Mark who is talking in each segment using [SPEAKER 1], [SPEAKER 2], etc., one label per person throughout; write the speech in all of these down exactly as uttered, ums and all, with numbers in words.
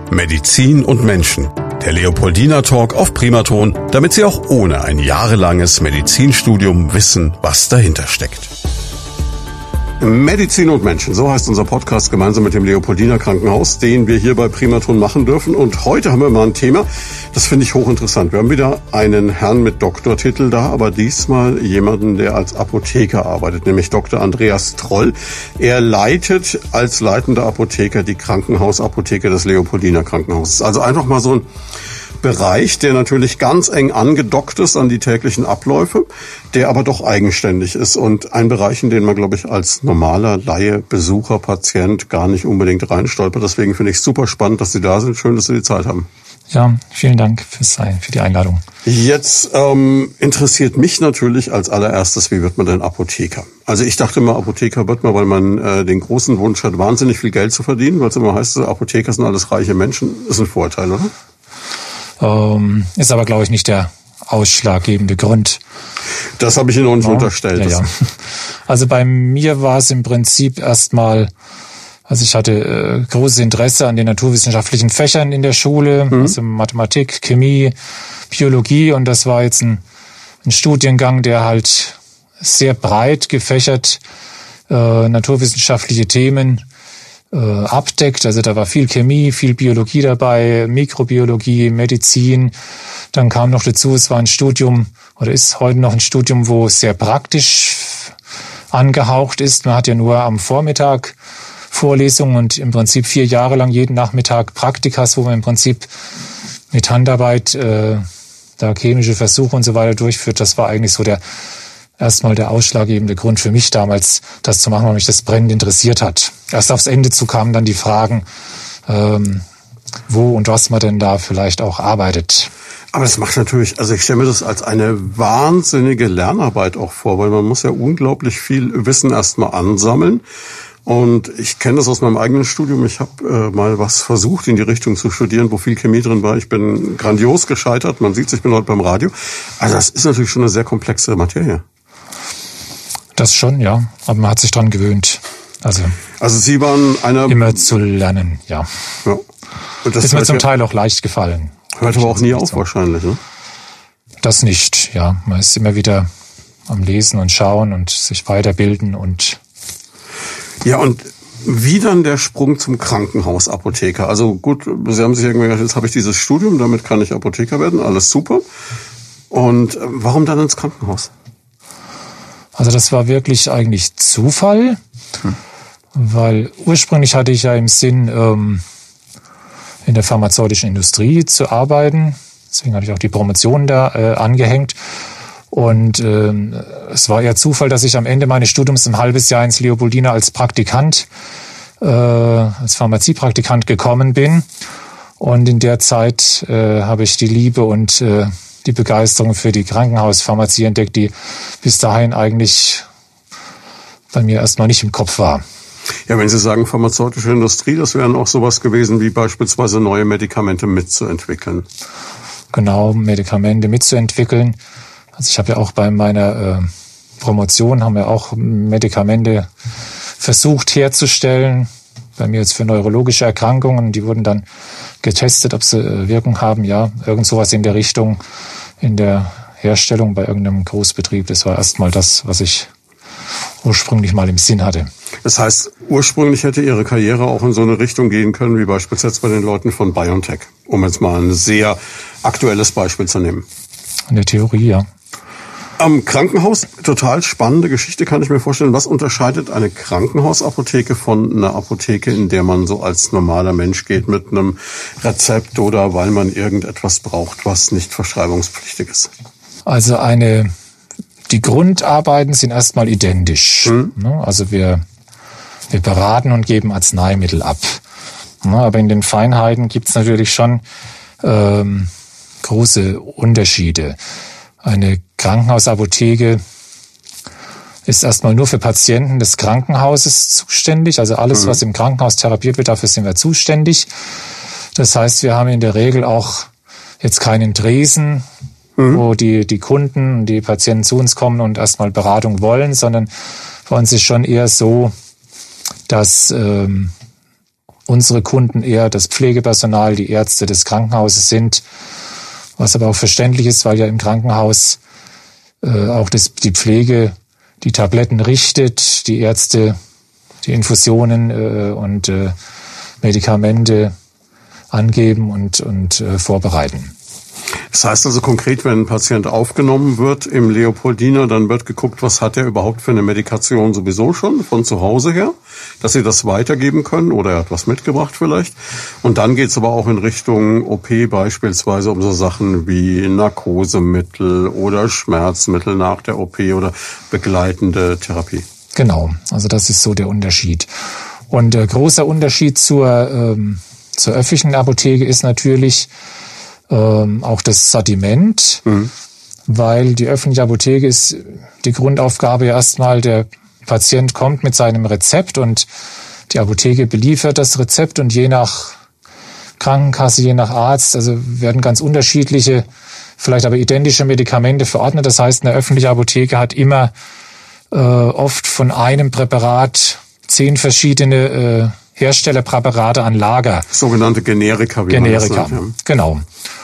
[SPEAKER 1] Medizin und Menschen. Der Leopoldina Talk auf Primaton, damit Sie auch ohne ein jahrelanges Medizinstudium wissen, was dahinter steckt. Medizin und Menschen, so heißt unser Podcast gemeinsam mit dem Leopoldina Krankenhaus, den wir hier bei Primaton machen dürfen. Und heute haben wir mal ein Thema, das finde ich hochinteressant. Wir haben wieder einen Herrn mit Doktortitel da, aber diesmal jemanden, der als Apotheker arbeitet, nämlich Doktor Andreas Troll. Er leitet als leitender Apotheker die Krankenhausapotheke des Leopoldina Krankenhauses. Also einfach mal so ein Bereich, der natürlich ganz eng angedockt ist an die täglichen Abläufe, der aber doch eigenständig ist und ein Bereich, in den man, glaube ich, als normaler Laie, Besucher, Patient gar nicht unbedingt reinstolpert. Deswegen finde ich es super spannend, dass Sie da sind. Schön, dass Sie die Zeit haben.
[SPEAKER 2] Ja, vielen Dank fürs, für die Einladung.
[SPEAKER 1] Jetzt ähm, interessiert mich natürlich als allererstes, wie wird man denn Apotheker? Also ich dachte immer, Apotheker wird man, weil man äh, den großen Wunsch hat, wahnsinnig viel Geld zu verdienen, weil es immer heißt, Apotheker sind alles reiche Menschen. Das ist ein Vorteil, oder?
[SPEAKER 2] Ähm, ist aber, glaube ich, nicht der ausschlaggebende Grund.
[SPEAKER 1] Das habe ich Ihnen auch nicht ja, unterstellt.
[SPEAKER 2] Ja, ja. Also bei mir war es im Prinzip erstmal, also ich hatte äh, großes Interesse an den naturwissenschaftlichen Fächern in der Schule, mhm. also Mathematik, Chemie, Biologie, und das war jetzt ein, ein Studiengang, der halt sehr breit gefächert äh, naturwissenschaftliche Themen Äh, abdeckt. Also da war viel Chemie, viel Biologie dabei, Mikrobiologie, Medizin. Dann kam noch dazu, es war ein Studium oder ist heute noch ein Studium, wo es sehr praktisch angehaucht ist. Man hat ja nur am Vormittag Vorlesungen und im Prinzip vier Jahre lang jeden Nachmittag Praktikas, wo man im Prinzip mit Handarbeit äh, da chemische Versuche und so weiter durchführt. Das war eigentlich so der erstmal der ausschlaggebende Grund für mich damals, das zu machen, weil mich das brennend interessiert hat. Erst aufs Ende zu kamen dann die Fragen, ähm, wo und was man denn da vielleicht auch arbeitet.
[SPEAKER 1] Aber das macht natürlich, also ich stelle mir das als eine wahnsinnige Lernarbeit auch vor, weil man muss ja unglaublich viel Wissen erstmal ansammeln. Und ich kenne das aus meinem eigenen Studium. Ich habe äh, mal was versucht, in die Richtung zu studieren, wo viel Chemie drin war. Ich bin grandios gescheitert. Man sieht es, ich bin heute beim Radio. Also das ist natürlich schon eine sehr komplexe Materie.
[SPEAKER 2] Das schon, ja. Aber man hat sich dran gewöhnt. Also,
[SPEAKER 1] also Sie waren einer...
[SPEAKER 2] Immer zu lernen, ja.
[SPEAKER 1] ja. Und das
[SPEAKER 2] ist mir zum ja, Teil auch leicht gefallen.
[SPEAKER 1] Hört aber auch nie auf so. Wahrscheinlich, ne?
[SPEAKER 2] Das nicht, ja. Man ist immer wieder am Lesen und Schauen und sich weiterbilden und...
[SPEAKER 1] Ja, und wie dann der Sprung zum Krankenhausapotheker? Also gut, Sie haben sich irgendwie gedacht, jetzt habe ich dieses Studium, damit kann ich Apotheker werden, alles super. Und warum dann ins Krankenhaus?
[SPEAKER 2] Also das war wirklich eigentlich Zufall, hm. weil ursprünglich hatte ich ja im Sinn, ähm, in der pharmazeutischen Industrie zu arbeiten. Deswegen hatte ich auch die Promotion da äh, angehängt. Und ähm, es war eher Zufall, dass ich am Ende meines Studiums ein halbes Jahr ins Leopoldina als Praktikant, äh, als Pharmaziepraktikant gekommen bin. Und in der Zeit äh, habe ich die Liebe und äh, die Begeisterung für die Krankenhauspharmazie entdeckt, die bis dahin eigentlich bei mir erstmal nicht im Kopf war.
[SPEAKER 1] Ja, wenn Sie sagen pharmazeutische Industrie, das wären auch sowas gewesen wie beispielsweise neue Medikamente mitzuentwickeln.
[SPEAKER 2] Genau, Medikamente mitzuentwickeln. Also ich habe ja auch bei meiner äh, Promotion haben wir auch Medikamente versucht herzustellen. Bei mir jetzt für neurologische Erkrankungen. Die wurden dann getestet, ob sie äh, Wirkung haben. Ja, irgend sowas in der Richtung in der Herstellung bei irgendeinem Großbetrieb. Das war erstmal das, was ich ursprünglich mal im Sinn hatte.
[SPEAKER 1] Das heißt, ursprünglich hätte Ihre Karriere auch in so eine Richtung gehen können, wie beispielsweise bei den Leuten von BioNTech. Um jetzt mal ein sehr aktuelles Beispiel zu nehmen.
[SPEAKER 2] In der Theorie, ja.
[SPEAKER 1] Am Krankenhaus, total spannende Geschichte, kann ich mir vorstellen. Was unterscheidet eine Krankenhausapotheke von einer Apotheke, in der man so als normaler Mensch geht mit einem Rezept oder weil man irgendetwas braucht, was nicht verschreibungspflichtig ist?
[SPEAKER 2] Also eine, die Grundarbeiten sind erstmal identisch. Hm. Also wir, wir beraten und geben Arzneimittel ab. Aber in den Feinheiten gibt es natürlich schon ähm, große Unterschiede. Eine Krankenhausapotheke ist erstmal nur für Patienten des Krankenhauses zuständig. Also alles, mhm. was im Krankenhaus therapiert wird, dafür sind wir zuständig. Das heißt, wir haben in der Regel auch jetzt keinen Tresen, mhm. wo die, die Kunden, die Patienten zu uns kommen und erstmal Beratung wollen, sondern bei uns ist schon eher so, dass ähm, unsere Kunden eher das Pflegepersonal, die Ärzte des Krankenhauses sind, was aber auch verständlich ist, weil ja im Krankenhaus äh, auch das, die Pflege die Tabletten richtet, die Ärzte die Infusionen äh, und äh, Medikamente angeben und, und äh, vorbereiten.
[SPEAKER 1] Das heißt also konkret, wenn ein Patient aufgenommen wird im Leopoldiner, dann wird geguckt, was hat er überhaupt für eine Medikation sowieso schon von zu Hause her, dass sie das weitergeben können oder er hat was mitgebracht vielleicht. Und dann geht's aber auch in Richtung O P beispielsweise um so Sachen wie Narkosemittel oder Schmerzmittel nach der O P oder begleitende Therapie.
[SPEAKER 2] Genau, also das ist so der Unterschied. Und der große Unterschied zur, ähm, zur öffentlichen Apotheke ist natürlich, Ähm, auch das Sortiment, mhm. weil die öffentliche Apotheke ist die Grundaufgabe erstmal, der Patient kommt mit seinem Rezept und die Apotheke beliefert das Rezept und je nach Krankenkasse, je nach Arzt, also werden ganz unterschiedliche, vielleicht aber identische Medikamente verordnet. Das heißt, eine öffentliche Apotheke hat immer äh, oft von einem Präparat zehn verschiedene äh, Herstellerpräparate an Lager.
[SPEAKER 1] Sogenannte Generika. Wie
[SPEAKER 2] Generika,
[SPEAKER 1] man das nennt, ja.
[SPEAKER 2] Genau.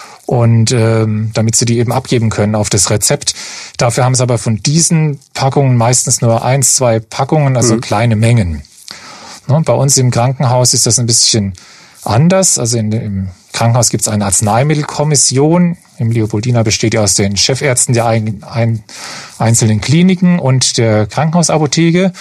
[SPEAKER 2] Und ähm, damit sie die eben abgeben können auf das Rezept. Dafür haben sie aber von diesen Packungen meistens nur eins, zwei Packungen, also mhm. kleine Mengen. Ne, bei uns im Krankenhaus ist das ein bisschen anders. Also in, im Krankenhaus gibt es eine Arzneimittelkommission. Im Leopoldiner besteht die aus den Chefärzten der ein, ein, einzelnen Kliniken und der Krankenhausapotheke.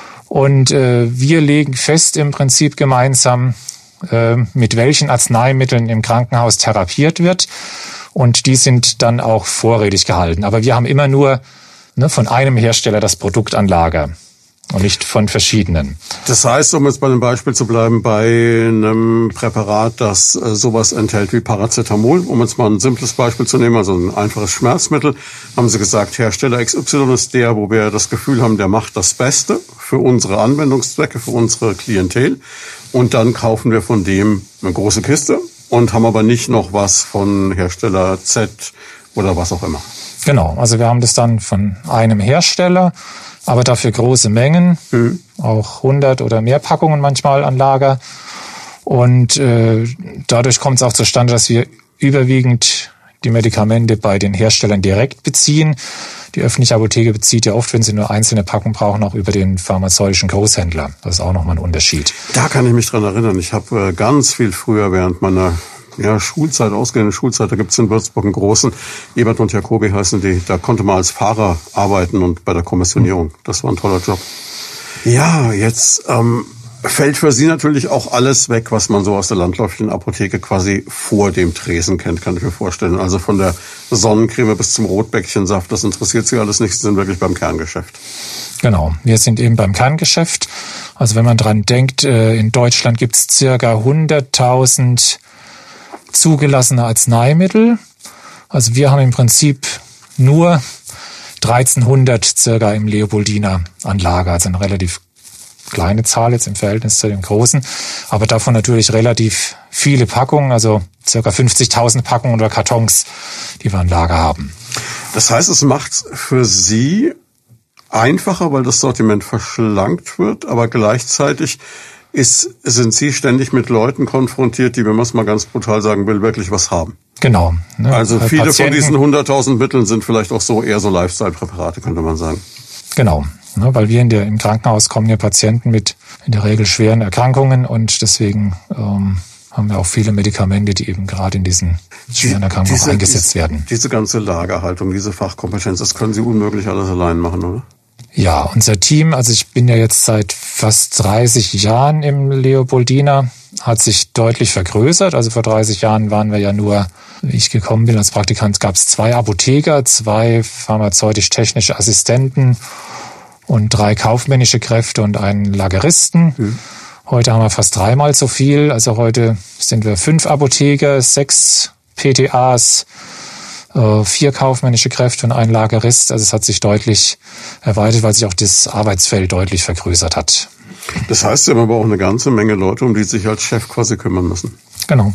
[SPEAKER 2] Und äh, wir legen fest im Prinzip gemeinsam, äh, mit welchen Arzneimitteln im Krankenhaus therapiert wird. Und die sind dann auch vorrätig gehalten. Aber wir haben immer nur ne, von einem Hersteller das Produkt an Lager und nicht von verschiedenen.
[SPEAKER 1] Das heißt, um jetzt bei dem Beispiel zu bleiben, bei einem Präparat, das äh, sowas enthält wie Paracetamol, um jetzt mal ein simples Beispiel zu nehmen, also ein einfaches Schmerzmittel, haben Sie gesagt, Hersteller X Y ist der, wo wir das Gefühl haben, der macht das Beste für unsere Anwendungszwecke, für unsere Klientel. Und dann kaufen wir von dem eine große Kiste und haben aber nicht noch was von Hersteller Z oder was auch immer.
[SPEAKER 2] Genau, also wir haben das dann von einem Hersteller, aber dafür große Mengen, mhm. auch hundert oder mehr Packungen manchmal an Lager. Und äh, dadurch kommt es auch zustande, dass wir überwiegend die Medikamente bei den Herstellern direkt beziehen. Die öffentliche Apotheke bezieht ja oft, wenn sie nur einzelne Packungen brauchen, auch über den pharmazeutischen Großhändler. Das ist auch nochmal ein Unterschied.
[SPEAKER 1] Da kann ich mich dran erinnern. Ich habe äh, ganz viel früher während meiner ja, Schulzeit, ausgehende Schulzeit, da gibt es in Würzburg einen großen, Ebert und Jacobi heißen die, da konnte man als Fahrer arbeiten und bei der Kommissionierung. Das war ein toller Job. Ja, jetzt ähm, fällt für Sie natürlich auch alles weg, was man so aus der landläufigen Apotheke quasi vor dem Tresen kennt, kann ich mir vorstellen. Also von der Sonnencreme bis zum Rotbäckchensaft, das interessiert Sie alles nicht, Sie sind wirklich beim Kerngeschäft.
[SPEAKER 2] Genau, wir sind eben beim Kerngeschäft. Also wenn man dran denkt, in Deutschland gibt es circa hunderttausend zugelassene Arzneimittel. Also wir haben im Prinzip nur dreizehnhundert circa im Leopoldiner an Lager, also eine relativ kleine Zahl jetzt im Verhältnis zu dem großen, aber davon natürlich relativ viele Packungen, also circa fünfzigtausend Packungen oder Kartons, die wir an Lager haben.
[SPEAKER 1] Das heißt, es macht für Sie einfacher, weil das Sortiment verschlankt wird, aber gleichzeitig ist, sind Sie ständig mit Leuten konfrontiert, die, wenn man es mal ganz brutal sagen will, wirklich was haben.
[SPEAKER 2] Genau.
[SPEAKER 1] Ne? Also viele Patienten, von diesen hunderttausend Mitteln sind vielleicht auch so eher so Lifestyle-Präparate, könnte man sagen.
[SPEAKER 2] Genau, ne, weil wir in der, im Krankenhaus kommen ja Patienten mit in der Regel schweren Erkrankungen und deswegen ähm, haben wir auch viele Medikamente, die eben gerade in diesen schweren Erkrankungen diese, eingesetzt
[SPEAKER 1] diese,
[SPEAKER 2] werden.
[SPEAKER 1] Diese ganze Lagerhaltung, diese Fachkompetenz, das können Sie unmöglich alles allein machen, oder?
[SPEAKER 2] Ja, unser Team, also ich bin ja jetzt seit fast dreißig Jahren im Leopoldiner, hat sich deutlich vergrößert. Also vor dreißig Jahren waren wir ja nur, wie ich gekommen bin als Praktikant, gab es zwei Apotheker, zwei pharmazeutisch-technische Assistenten und drei kaufmännische Kräfte und einen Lageristen. Mhm. Heute haben wir fast dreimal so viel. Also heute sind wir fünf Apotheker, sechs P T As, vier kaufmännische Kräfte und ein Lagerist. Also es hat sich deutlich erweitert, weil sich auch das Arbeitsfeld deutlich vergrößert hat.
[SPEAKER 1] Das heißt, Sie haben aber auch eine ganze Menge Leute, um die Sie sich als Chef quasi kümmern müssen.
[SPEAKER 2] Genau.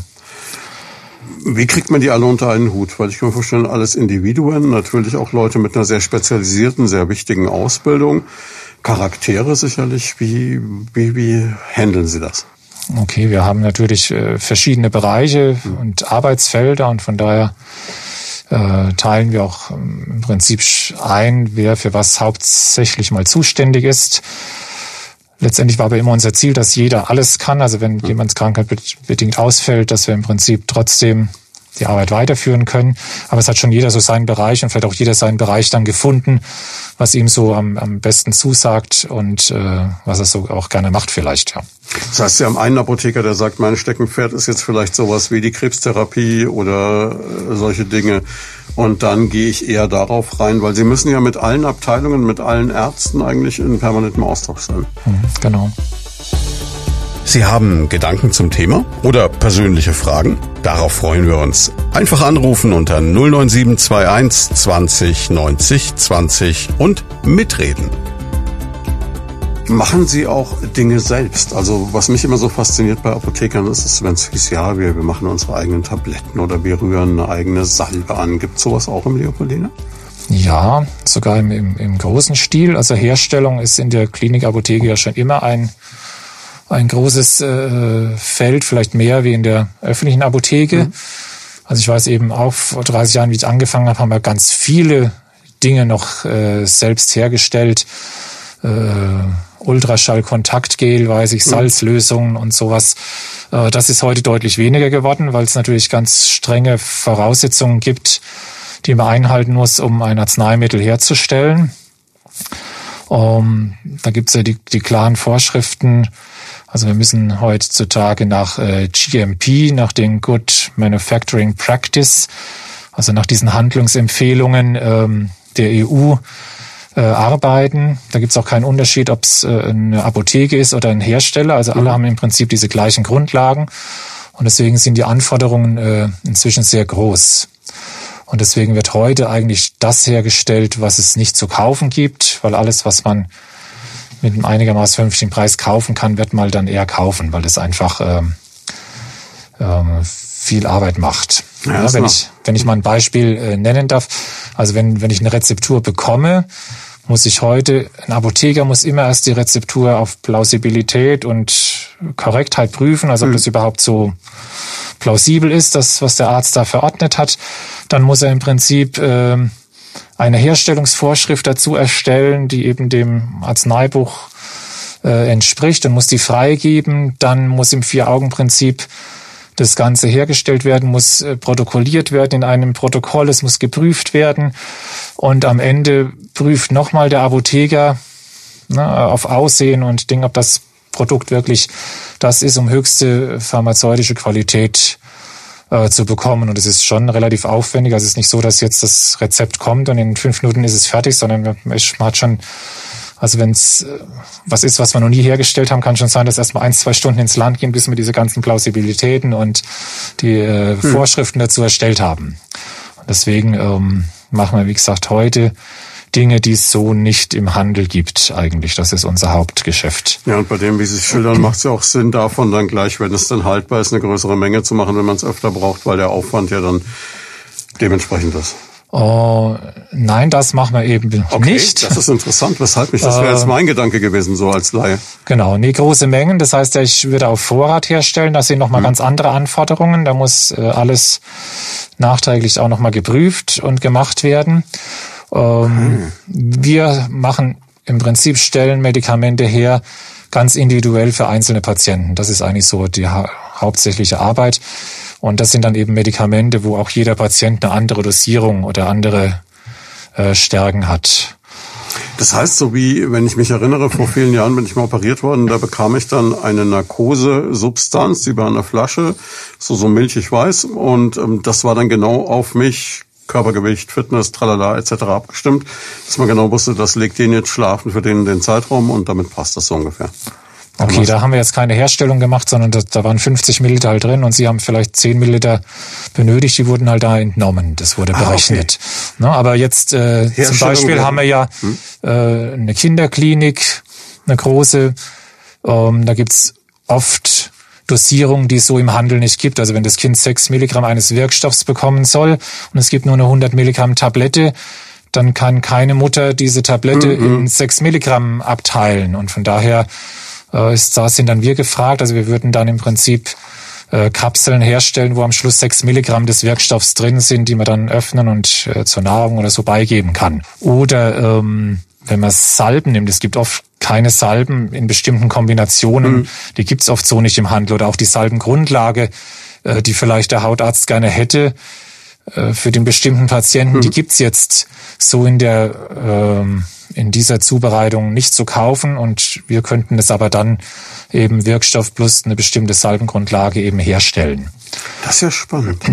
[SPEAKER 1] Wie kriegt man die alle unter einen Hut? Weil ich kann mir vorstellen, alles Individuen, natürlich auch Leute mit einer sehr spezialisierten, sehr wichtigen Ausbildung, Charaktere sicherlich. Wie, wie, wie handeln Sie das?
[SPEAKER 2] Okay, wir haben natürlich äh, verschiedene Bereiche mhm. und Arbeitsfelder und von daher äh, teilen wir auch ähm, im Prinzip ein, wer für was hauptsächlich mal zuständig ist. Letztendlich war aber immer unser Ziel, dass jeder alles kann. Also wenn mhm. jemand krankheitsbedingt ausfällt, dass wir im Prinzip trotzdem die Arbeit weiterführen können. Aber es hat schon jeder so seinen Bereich und vielleicht auch jeder seinen Bereich dann gefunden, was ihm so am, am besten zusagt und äh, was er so auch gerne macht vielleicht, ja.
[SPEAKER 1] Das heißt, Sie haben einen Apotheker, der sagt, mein Steckenpferd ist jetzt vielleicht sowas wie die Krebstherapie oder äh, solche Dinge. Und dann gehe ich eher darauf rein, weil Sie müssen ja mit allen Abteilungen, mit allen Ärzten eigentlich in permanentem Austausch sein.
[SPEAKER 2] Mhm, genau.
[SPEAKER 1] Sie haben Gedanken zum Thema oder persönliche Fragen? Darauf freuen wir uns. Einfach anrufen unter null neun sieben zwei eins zwanzig neunzig zwanzig und mitreden. Machen Sie auch Dinge selbst? Also was mich immer so fasziniert bei Apothekern ist, ist, wenn es hieß, ja, wir, wir machen unsere eigenen Tabletten oder wir rühren eine eigene Salbe an. Gibt es sowas auch im Leopoldina?
[SPEAKER 2] Ja, sogar im, im, im großen Stil. Also Herstellung ist in der Klinikapotheke ja schon immer ein ein großes äh, Feld, vielleicht mehr wie in der öffentlichen Apotheke. Mhm. Also ich weiß eben auch vor dreißig Jahren, wie ich angefangen habe, haben wir ganz viele Dinge noch äh, selbst hergestellt. Äh, Ultraschall-Kontaktgel, weiß ich, Salzlösungen und sowas. Äh, das ist heute deutlich weniger geworden, weil es natürlich ganz strenge Voraussetzungen gibt, die man einhalten muss, um ein Arzneimittel herzustellen. Um, da gibt's ja die, die klaren Vorschriften. Also wir müssen heutzutage nach äh, G M P, nach den Good Manufacturing Practice, also nach diesen Handlungsempfehlungen ähm, der E U äh, arbeiten. Da gibt's auch keinen Unterschied, ob es äh, eine Apotheke ist oder ein Hersteller. Also alle haben im Prinzip diese gleichen Grundlagen. Und deswegen sind die Anforderungen äh, inzwischen sehr groß. Und deswegen wird heute eigentlich das hergestellt, was es nicht zu kaufen gibt, weil alles, was man mit einem einigermaßen vernünftigen Preis kaufen kann, wird man dann eher kaufen, weil das einfach ähm, ähm, viel Arbeit macht. Ja, ja, wenn ich wenn ich mal ein Beispiel äh, nennen darf, also wenn wenn ich eine Rezeptur bekomme, muss ich heute, ein Apotheker muss immer erst die Rezeptur auf Plausibilität und Korrektheit prüfen, also ob mhm. das überhaupt so plausibel ist, das, was der Arzt da verordnet hat. Dann muss er im Prinzip äh, eine Herstellungsvorschrift dazu erstellen, die eben dem Arzneibuch äh, entspricht und muss die freigeben. Dann muss im Vier-Augen-Prinzip das Ganze hergestellt werden, muss äh, protokolliert werden in einem Protokoll, es muss geprüft werden und am Ende prüft nochmal der Apotheker ne, auf Aussehen und Ding, ob das Produkt wirklich das ist, um höchste pharmazeutische Qualität äh, zu bekommen. Und es ist schon relativ aufwendig. Also es ist nicht so, dass jetzt das Rezept kommt und in fünf Minuten ist es fertig, sondern man hat schon, also wenn es äh, was ist, was wir noch nie hergestellt haben, kann schon sein, dass erstmal ein, zwei Stunden ins Land gehen, bis wir diese ganzen Plausibilitäten und die äh, hm. Vorschriften dazu erstellt haben. Und deswegen ähm, machen wir, wie gesagt, heute Dinge, die es so nicht im Handel gibt eigentlich. Das ist unser Hauptgeschäft.
[SPEAKER 1] Ja, und bei dem, wie Sie es schildern, macht es ja auch Sinn, davon dann gleich, wenn es dann haltbar ist, eine größere Menge zu machen, wenn man es öfter braucht, weil der Aufwand ja dann dementsprechend ist.
[SPEAKER 2] Oh, nein, das machen wir eben
[SPEAKER 1] okay,
[SPEAKER 2] nicht.
[SPEAKER 1] Das ist interessant. Weshalb nicht? Das wäre jetzt mein Gedanke gewesen, so als Laie.
[SPEAKER 2] Genau, nee, große Mengen. Das heißt, ich würde auf Vorrat herstellen. Das sind nochmal mhm. ganz andere Anforderungen. Da muss äh, alles nachträglich auch nochmal geprüft und gemacht werden. Ähm, mhm. Wir machen im Prinzip, stellen Medikamente her, ganz individuell für einzelne Patienten. Das ist eigentlich so die ha- hauptsächliche Arbeit. Und das sind dann eben Medikamente, wo auch jeder Patient eine andere Dosierung oder andere äh, Stärken hat.
[SPEAKER 1] Das heißt, so wie, wenn ich mich erinnere, vor vielen Jahren bin ich mal operiert worden, da bekam ich dann eine Narkosesubstanz, die war in der Flasche, so so milchig weiß. Und ähm, das war dann genau auf mich, Körpergewicht, Fitness, tralala et cetera abgestimmt, dass man genau wusste, das legt den jetzt schlafen für den den Zeitraum und damit passt das so ungefähr.
[SPEAKER 2] Okay, da haben wir jetzt keine Herstellung gemacht, sondern da, da waren fünfzig Milliliter halt drin und Sie haben vielleicht zehn Milliliter benötigt, die wurden halt da entnommen. Das wurde berechnet. Ah, okay. Na, aber jetzt äh, zum Beispiel haben wir ja hm? äh, eine Kinderklinik, eine große. Ähm, da gibt's oft Dosierungen, die es so im Handel nicht gibt. Also wenn das Kind sechs Milligramm eines Wirkstoffs bekommen soll und es gibt nur eine hundert Milligramm Tablette, dann kann keine Mutter diese Tablette mhm. in sechs Milligramm abteilen. Und von daher äh, ist, da sind dann wir gefragt. Also wir würden dann im Prinzip äh, Kapseln herstellen, wo am Schluss sechs Milligramm des Wirkstoffs drin sind, die man dann öffnen und äh, zur Nahrung oder so beigeben kann. Oder ähm, wenn man Salben nimmt, es gibt oft keine Salben in bestimmten Kombinationen, mhm. die gibt's oft so nicht im Handel. Oder auch die Salbengrundlage, äh, die vielleicht der Hautarzt gerne hätte, äh, für den bestimmten Patienten, mhm. die gibt's jetzt so in der ähm, in dieser Zubereitung nicht zu kaufen, und wir könnten es aber dann eben Wirkstoff plus eine bestimmte Salbengrundlage eben herstellen.
[SPEAKER 1] Das ist ja spannend.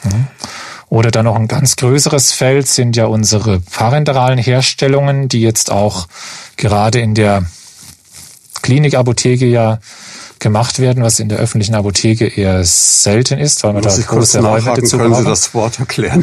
[SPEAKER 2] Oder dann noch ein ganz größeres Feld sind ja unsere parenteralen Herstellungen, die jetzt auch gerade in der Klinikapotheke ja gemacht werden, was in der öffentlichen Apotheke eher selten ist, weil man
[SPEAKER 1] Muss
[SPEAKER 2] da
[SPEAKER 1] ich kurz
[SPEAKER 2] große Räume dazu
[SPEAKER 1] können
[SPEAKER 2] brauchen.
[SPEAKER 1] Sie das Wort erklären?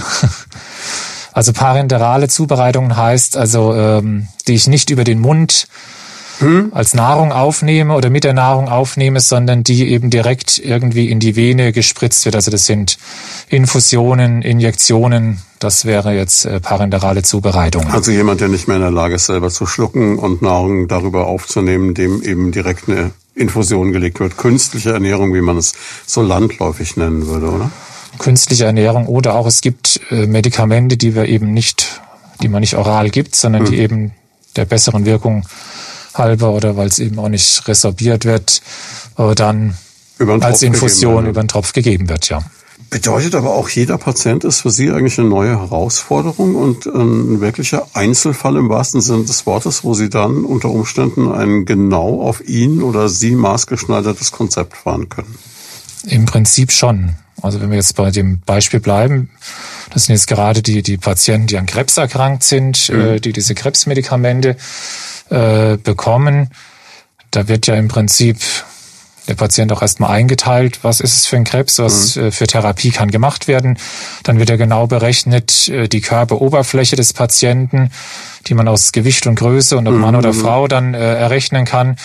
[SPEAKER 2] Also parenterale Zubereitungen heißt also, ähm, die ich nicht über den Mund hm? als Nahrung aufnehme oder mit der Nahrung aufnehme, sondern die eben direkt irgendwie in die Vene gespritzt wird. Also das sind Infusionen, Injektionen, das wäre jetzt äh, parenterale Zubereitung.
[SPEAKER 1] Also jemand, der nicht mehr in der Lage ist, selber zu schlucken und Nahrung darüber aufzunehmen, dem eben direkt eine Infusion gelegt wird. Künstliche Ernährung, wie man es so landläufig nennen würde, oder?
[SPEAKER 2] Künstliche Ernährung, oder auch es gibt äh, Medikamente, die wir eben nicht, die man nicht oral gibt, sondern mhm. die eben der besseren Wirkung halber oder weil es eben auch nicht resorbiert wird, äh, dann als Infusion über den Tropf gegeben wird, ja.
[SPEAKER 1] Bedeutet aber auch, jeder Patient ist für Sie eigentlich eine neue Herausforderung und ein wirklicher Einzelfall im wahrsten Sinne des Wortes, wo Sie dann unter Umständen ein genau auf ihn oder Sie maßgeschneidertes Konzept fahren können.
[SPEAKER 2] Im Prinzip schon. Also wenn wir jetzt bei dem Beispiel bleiben, das sind jetzt gerade die, die Patienten, die an Krebs erkrankt sind, mhm. äh, die diese Krebsmedikamente äh, bekommen. Da wird ja im Prinzip der Patient auch erstmal eingeteilt, was ist es für ein Krebs, was mhm. für Therapie kann gemacht werden. Dann wird ja genau berechnet die Körperoberfläche des Patienten, die man aus Gewicht und Größe und ob mhm. Mann oder Frau dann äh, errechnen kann.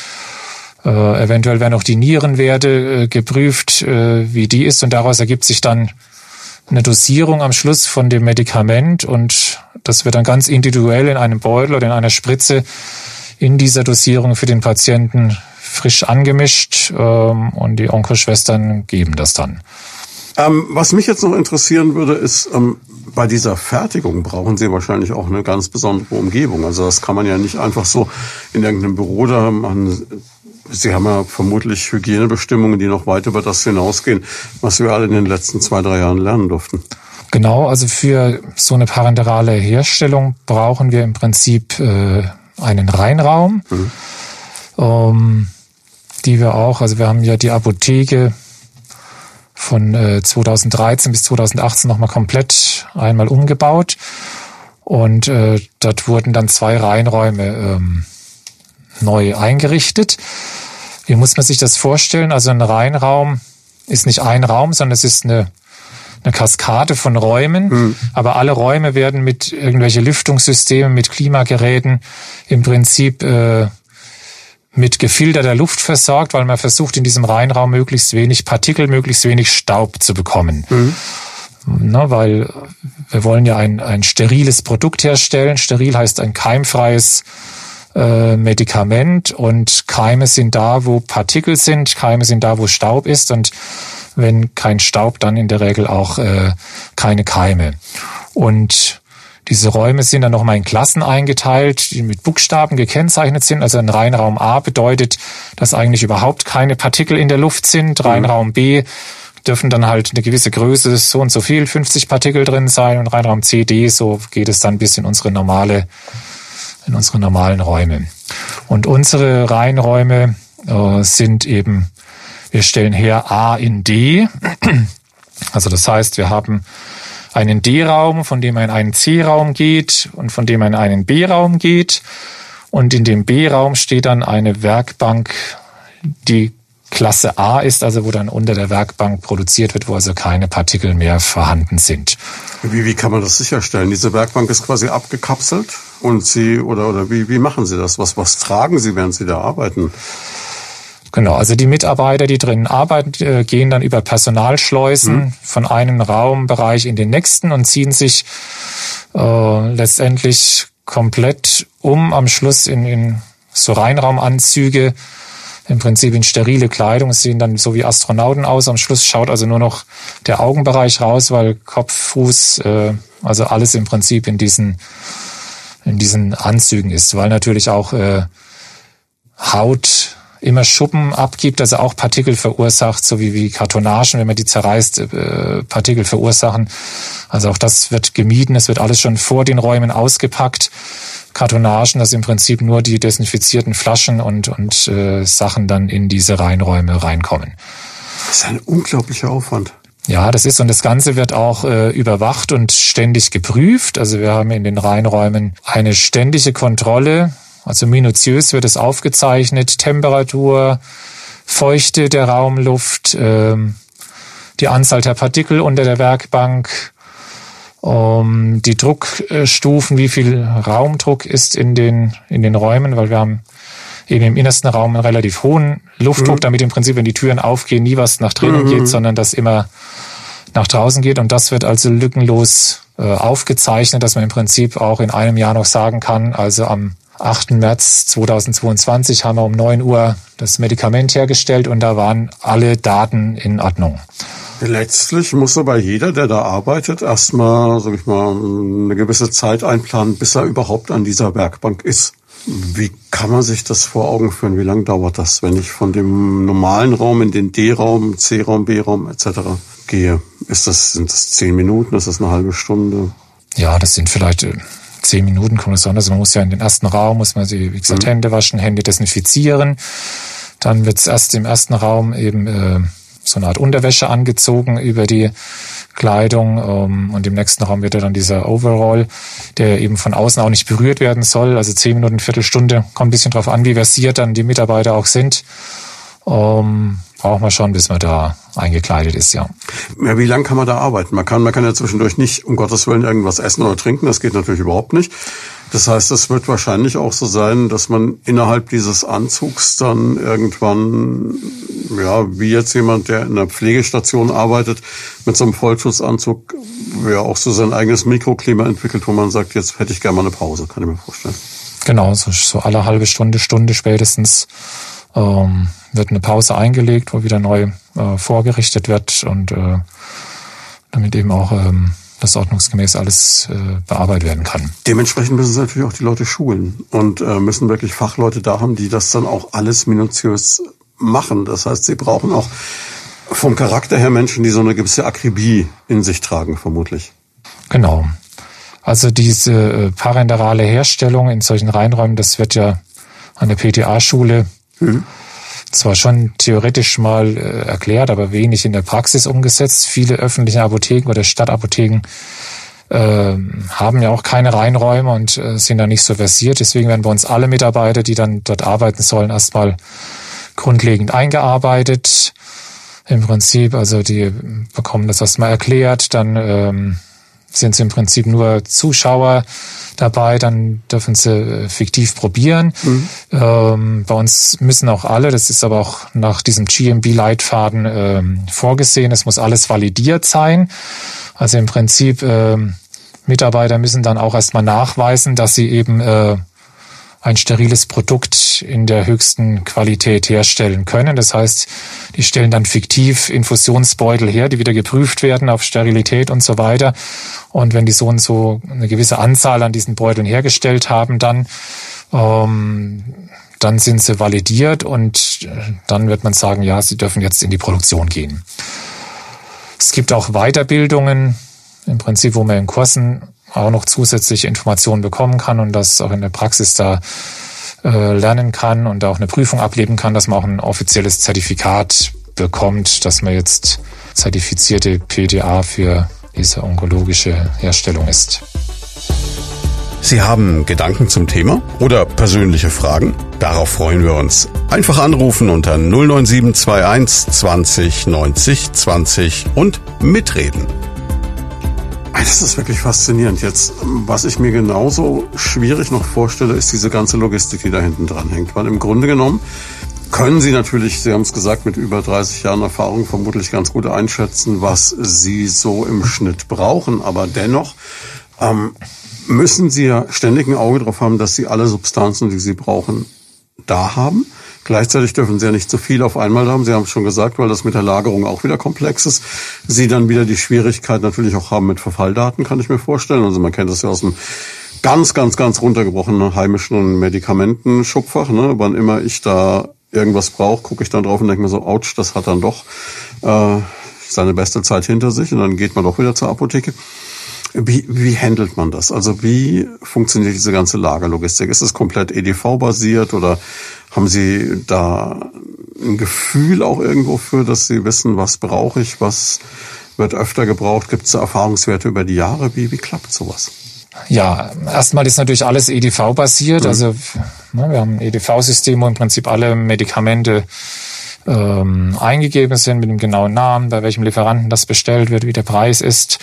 [SPEAKER 2] Äh, eventuell werden auch die Nierenwerte äh, geprüft, äh, wie die ist, und daraus ergibt sich dann eine Dosierung am Schluss von dem Medikament, und das wird dann ganz individuell in einem Beutel oder in einer Spritze in dieser Dosierung für den Patienten frisch angemischt, ähm, und die Onkoschwestern geben das dann.
[SPEAKER 1] Ähm, was mich jetzt noch interessieren würde, ist, ähm, bei dieser Fertigung brauchen Sie wahrscheinlich auch eine ganz besondere Umgebung. Also das kann man ja nicht einfach so in irgendeinem Büro da machen. Sie haben ja vermutlich Hygienebestimmungen, die noch weit über das hinausgehen, was wir alle in den letzten zwei, drei Jahren lernen durften.
[SPEAKER 2] Genau, also für so eine parenterale Herstellung brauchen wir im Prinzip äh, einen Reinraum, mhm. ähm, die wir auch, also wir haben ja die Apotheke von äh, zweitausenddreizehn bis zweitausendachtzehn nochmal komplett einmal umgebaut, und äh, dort wurden dann zwei Reinräume ähm, neu eingerichtet. Wie muss man sich das vorstellen? Also ein Reinraum ist nicht ein Raum, sondern es ist eine, eine Kaskade von Räumen. Mhm. Aber alle Räume werden mit irgendwelche Lüftungssystemen, mit Klimageräten im Prinzip äh, mit gefilterter Luft versorgt, weil man versucht, in diesem Reinraum möglichst wenig Partikel, möglichst wenig Staub zu bekommen. Mhm. Na, weil wir wollen ja ein, ein steriles Produkt herstellen. Steril heißt ein keimfreies Medikament, und Keime sind da, wo Partikel sind, Keime sind da, wo Staub ist, und wenn kein Staub, dann in der Regel auch äh, keine Keime. Und diese Räume sind dann nochmal in Klassen eingeteilt, die mit Buchstaben gekennzeichnet sind. Also ein Reinraum A bedeutet, dass eigentlich überhaupt keine Partikel in der Luft sind. Mhm. Reinraum B dürfen dann halt eine gewisse Größe, so und so viel, fünfzig Partikel drin sein, und Reinraum C, D, so geht es dann bis in unsere normale in unsere normalen Räume. Und unsere Reinräume äh, sind eben, wir stellen her A in D. Also das heißt, wir haben einen D-Raum, von dem man in einen C-Raum geht und von dem man in einen B-Raum geht. Und in dem B-Raum steht dann eine Werkbank, die Klasse A ist, also wo dann unter der Werkbank produziert wird, wo also keine Partikel mehr vorhanden sind.
[SPEAKER 1] Wie, wie kann man das sicherstellen? Diese Werkbank ist quasi abgekapselt und Sie, oder, oder wie, wie machen Sie das? Was, was tragen Sie, während Sie da arbeiten?
[SPEAKER 2] Genau, also die Mitarbeiter, die drinnen arbeiten, gehen dann über Personalschleusen hm. von einem Raumbereich in den nächsten und ziehen sich äh, letztendlich komplett um am Schluss in, in so Reinraumanzüge, im Prinzip in sterile Kleidung, sehen dann so wie Astronauten aus. Am Schluss schaut also nur noch der Augenbereich raus, weil Kopf, Fuß, äh, also alles im Prinzip in diesen in diesen Anzügen ist, weil natürlich auch äh, Haut immer Schuppen abgibt, also auch Partikel verursacht, so wie, wie Kartonagen, wenn man die zerreißt, äh, Partikel verursachen. Also auch das wird gemieden, es wird alles schon vor den Räumen ausgepackt. Kartonagen, dass im Prinzip nur die desinfizierten Flaschen und, und äh, Sachen dann in diese Reinräume reinkommen.
[SPEAKER 1] Das ist ein unglaublicher Aufwand.
[SPEAKER 2] Ja, das ist, und das Ganze wird auch äh, überwacht und ständig geprüft. Also wir haben in den Reinräumen eine ständige Kontrolle, also minutiös wird es aufgezeichnet, Temperatur, Feuchte der Raumluft, äh, die Anzahl der Partikel unter der Werkbank, um die Druckstufen, wie viel Raumdruck ist in den in den Räumen, weil wir haben eben im innersten Raum einen relativ hohen Luftdruck, mhm. damit im Prinzip, wenn die Türen aufgehen, nie was nach drinnen mhm. geht, sondern das immer nach draußen geht. Und das wird also lückenlos äh, aufgezeichnet, dass man im Prinzip auch in einem Jahr noch sagen kann, also am achten März zweitausendzweiundzwanzig haben wir um neun Uhr das Medikament hergestellt und da waren alle Daten in Ordnung.
[SPEAKER 1] Letztlich muss aber jeder, der da arbeitet, erstmal, sag ich mal, eine gewisse Zeit einplanen, bis er überhaupt an dieser Werkbank ist. Wie kann man sich das vor Augen führen? Wie lange dauert das, wenn ich von dem normalen Raum in den D-Raum, C-Raum, B-Raum et cetera gehe? Ist das, sind das zehn Minuten? Ist das eine halbe Stunde?
[SPEAKER 2] Ja, das sind vielleicht äh, zehn Minuten, kommt es an. Also man muss ja in den ersten Raum, muss man sich, wie gesagt, mhm. Hände waschen, Hände desinfizieren. Dann wird es erst im ersten Raum eben äh, so eine Art Unterwäsche angezogen über die Kleidung, um, und im nächsten Raum wird dann dieser Overall, der eben von außen auch nicht berührt werden soll. Also zehn Minuten, Viertelstunde, kommt ein bisschen drauf an, wie versiert dann die Mitarbeiter auch sind. Um, braucht man schon, bis man da eingekleidet ist, ja.
[SPEAKER 1] Ja, wie lange kann man da arbeiten? Man kann, man kann ja zwischendurch nicht, um Gottes Willen, irgendwas essen oder trinken. Das geht natürlich überhaupt nicht. Das heißt, es wird wahrscheinlich auch so sein, dass man innerhalb dieses Anzugs dann irgendwann, ja, wie jetzt jemand, der in einer Pflegestation arbeitet, mit so einem Vollschutzanzug, ja, auch so sein eigenes Mikroklima entwickelt, wo man sagt, jetzt hätte ich gerne mal eine Pause, kann ich mir vorstellen.
[SPEAKER 2] Genau, so, so alle halbe Stunde, Stunde spätestens ähm, wird eine Pause eingelegt, wo wieder neu äh, vorgerichtet wird und äh, damit eben auch ähm, das ordnungsgemäß alles äh, bearbeitet werden kann.
[SPEAKER 1] Dementsprechend müssen sie natürlich auch die Leute schulen und äh, müssen wirklich Fachleute da haben, die das dann auch alles minutiös machen. Das heißt, sie brauchen auch vom Charakter her Menschen, die so eine gewisse Akribie in sich tragen, vermutlich.
[SPEAKER 2] Genau. Also diese äh, parenterale Herstellung in solchen Reinräumen, das wird ja an der P T A-Schule mhm. zwar schon theoretisch mal äh, erklärt, aber wenig in der Praxis umgesetzt. Viele öffentliche Apotheken oder Stadtapotheken äh, haben ja auch keine Reinräume und äh, sind da nicht so versiert. Deswegen werden bei uns alle Mitarbeiter, die dann dort arbeiten sollen, erstmal grundlegend eingearbeitet. Im Prinzip, also die bekommen das erstmal erklärt, dann ähm, sind sie im Prinzip nur Zuschauer dabei, dann dürfen sie fiktiv probieren. Mhm. Ähm, bei uns müssen auch alle, das ist aber auch nach diesem G M B-Leitfaden ähm, vorgesehen, es muss alles validiert sein. Also im Prinzip ähm, Mitarbeiter müssen dann auch erstmal nachweisen, dass sie eben äh, ein steriles Produkt in der höchsten Qualität herstellen können. Das heißt, die stellen dann fiktiv Infusionsbeutel her, die wieder geprüft werden auf Sterilität und so weiter. Und wenn die so und so eine gewisse Anzahl an diesen Beuteln hergestellt haben, dann, ähm, dann sind sie validiert und dann wird man sagen, ja, sie dürfen jetzt in die Produktion gehen. Es gibt auch Weiterbildungen, im Prinzip, wo man in Kursen auch noch zusätzliche Informationen bekommen kann und das auch in der Praxis da äh, lernen kann und auch eine Prüfung ablegen kann, dass man auch ein offizielles Zertifikat bekommt, dass man jetzt zertifizierte P T A für diese onkologische Herstellung ist.
[SPEAKER 1] Sie haben Gedanken zum Thema oder persönliche Fragen? Darauf freuen wir uns. Einfach anrufen unter null neun sieben zwei eins zwanzig neunzig zwanzig und mitreden. Das ist wirklich faszinierend. Jetzt, was ich mir genauso schwierig noch vorstelle, ist diese ganze Logistik, die da hinten dran hängt. Weil im Grunde genommen können Sie natürlich, Sie haben es gesagt, mit über dreißig Jahren Erfahrung vermutlich ganz gut einschätzen, was Sie so im Schnitt brauchen. Aber dennoch ähm, müssen Sie ja ständig ein Auge drauf haben, dass Sie alle Substanzen, die Sie brauchen, da haben. Gleichzeitig dürfen Sie ja nicht zu viel auf einmal haben. Sie haben es schon gesagt, weil das mit der Lagerung auch wieder komplex ist. Sie dann wieder die Schwierigkeit natürlich auch haben mit Verfalldaten, kann ich mir vorstellen. Also man kennt das ja aus dem ganz, ganz, ganz runtergebrochenen heimischen Medikamentenschubfach. Ne? Wann immer ich da irgendwas brauche, gucke ich dann drauf und denke mir so, ouch, das hat dann doch äh, seine beste Zeit hinter sich. Und dann geht man doch wieder zur Apotheke. Wie, wie handelt man das? Also wie funktioniert diese ganze Lagerlogistik? Ist es komplett E D V-basiert oder haben Sie da ein Gefühl auch irgendwo für, dass Sie wissen, was brauche ich, was wird öfter gebraucht? Gibt es Erfahrungswerte über die Jahre? Wie, wie klappt sowas?
[SPEAKER 2] Ja, erstmal ist natürlich alles E D V-basiert. Mhm. Also ne, wir haben ein E D V-System, wo im Prinzip alle Medikamente ähm, eingegeben sind mit dem genauen Namen, bei welchem Lieferanten das bestellt wird, wie der Preis ist.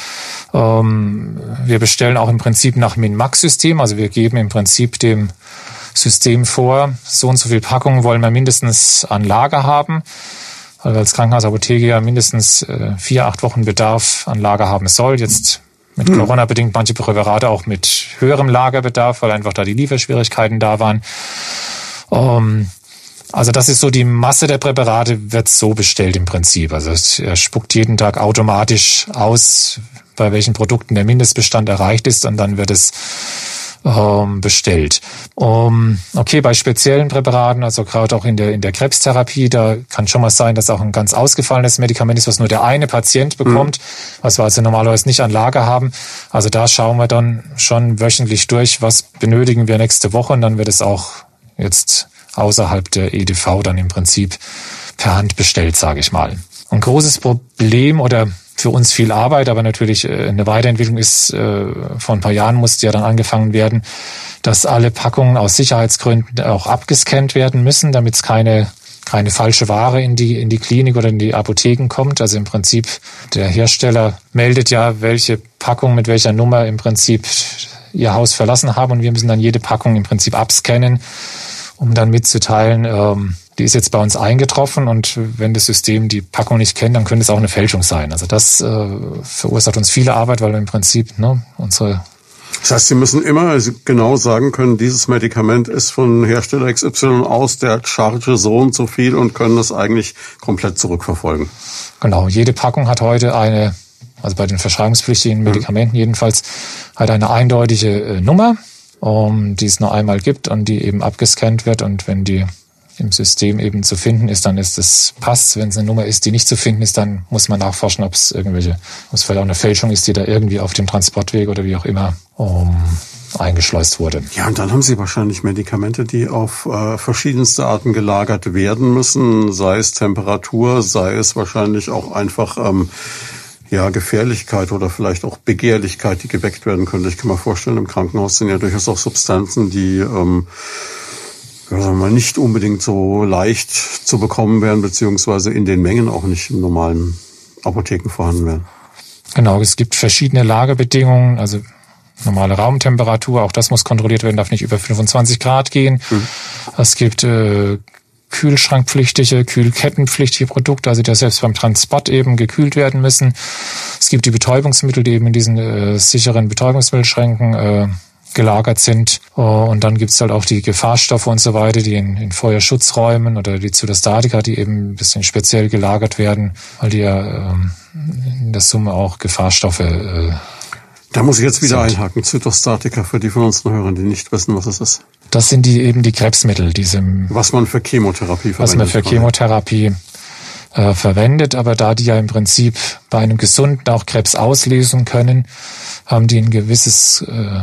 [SPEAKER 2] Ähm, wir bestellen auch im Prinzip nach Min-Max-System. Also wir geben im Prinzip dem System vor, so und so viel Packungen wollen wir mindestens an Lager haben, weil wir als Krankenhausapotheke ja mindestens äh, vier, acht Wochen Bedarf an Lager haben soll. Jetzt mit hm. Corona bedingt manche Präparate auch mit höherem Lagerbedarf, weil einfach da die Lieferschwierigkeiten da waren. Ähm, Also das ist so, die Masse der Präparate wird so bestellt im Prinzip. Also er spuckt jeden Tag automatisch aus, bei welchen Produkten der Mindestbestand erreicht ist, und dann wird es ähm, bestellt. Um, okay, bei speziellen Präparaten, also gerade auch in der in der Krebstherapie, da kann schon mal sein, dass auch ein ganz ausgefallenes Medikament ist, was nur der eine Patient bekommt, mhm. was wir also normalerweise nicht an Lager haben. Also da schauen wir dann schon wöchentlich durch, was benötigen wir nächste Woche, und dann wird es auch jetzt außerhalb der E D V dann im Prinzip per Hand bestellt, sage ich mal. Ein großes Problem oder für uns viel Arbeit, aber natürlich eine Weiterentwicklung ist, vor ein paar Jahren musste ja dann angefangen werden, dass alle Packungen aus Sicherheitsgründen auch abgescannt werden müssen, damit es keine keine falsche Ware in die in die Klinik oder in die Apotheken kommt. Also im Prinzip der Hersteller meldet ja, welche Packung mit welcher Nummer im Prinzip ihr Haus verlassen haben, und wir müssen dann jede Packung im Prinzip abscannen, um dann mitzuteilen, ähm, die ist jetzt bei uns eingetroffen, und wenn das System die Packung nicht kennt, dann könnte es auch eine Fälschung sein. Also das äh, verursacht uns viele Arbeit, weil wir im Prinzip ne, unsere...
[SPEAKER 1] Das heißt, Sie müssen immer genau sagen können, dieses Medikament ist von Hersteller X Y aus der Charge so und so viel, und können das eigentlich komplett zurückverfolgen.
[SPEAKER 2] Genau, jede Packung hat heute eine, also bei den verschreibungspflichtigen Medikamenten mhm. jedenfalls, hat eine eindeutige äh, Nummer, um, die es nur einmal gibt und die eben abgescannt wird, und wenn die im System eben zu finden ist, dann ist es passt. Wenn es eine Nummer ist, die nicht zu finden ist, dann muss man nachforschen, ob es irgendwelche, ob es vielleicht auch eine Fälschung ist, die da irgendwie auf dem Transportweg oder wie auch immer um, eingeschleust wurde.
[SPEAKER 1] Ja, und dann haben Sie wahrscheinlich Medikamente, die auf äh, verschiedenste Arten gelagert werden müssen, sei es Temperatur, sei es wahrscheinlich auch einfach ähm, ja, Gefährlichkeit oder vielleicht auch Begehrlichkeit, die geweckt werden könnte. Ich kann mir vorstellen, im Krankenhaus sind ja durchaus auch Substanzen, die ähm, sagen wir mal, nicht unbedingt so leicht zu bekommen wären, beziehungsweise in den Mengen auch nicht in normalen Apotheken vorhanden wären.
[SPEAKER 2] Genau, es gibt verschiedene Lagerbedingungen, also normale Raumtemperatur, auch das muss kontrolliert werden, darf nicht über fünfundzwanzig Grad gehen. Mhm. Es gibt äh, kühlschrankpflichtige, kühlkettenpflichtige Produkte, also die selbst beim Transport eben gekühlt werden müssen. Es gibt die Betäubungsmittel, die eben in diesen äh, sicheren Betäubungsmittelschränken äh, gelagert sind. Und dann gibt's halt auch die Gefahrstoffe und so weiter, die in, in Feuerschutzräumen oder die Zytostatika, die eben ein bisschen speziell gelagert werden, weil die ja ähm, in der Summe auch Gefahrstoffe äh,
[SPEAKER 1] Da muss ich jetzt wieder sind. einhaken. Zytostatika für die von unseren Hörern, die nicht wissen, was es ist.
[SPEAKER 2] Das sind die eben die Krebsmittel, diese,
[SPEAKER 1] was man für Chemotherapie verwendet.
[SPEAKER 2] Was man für Chemotherapie äh, verwendet, aber da die ja im Prinzip bei einem Gesunden auch Krebs auslösen können, haben die ein gewisses äh,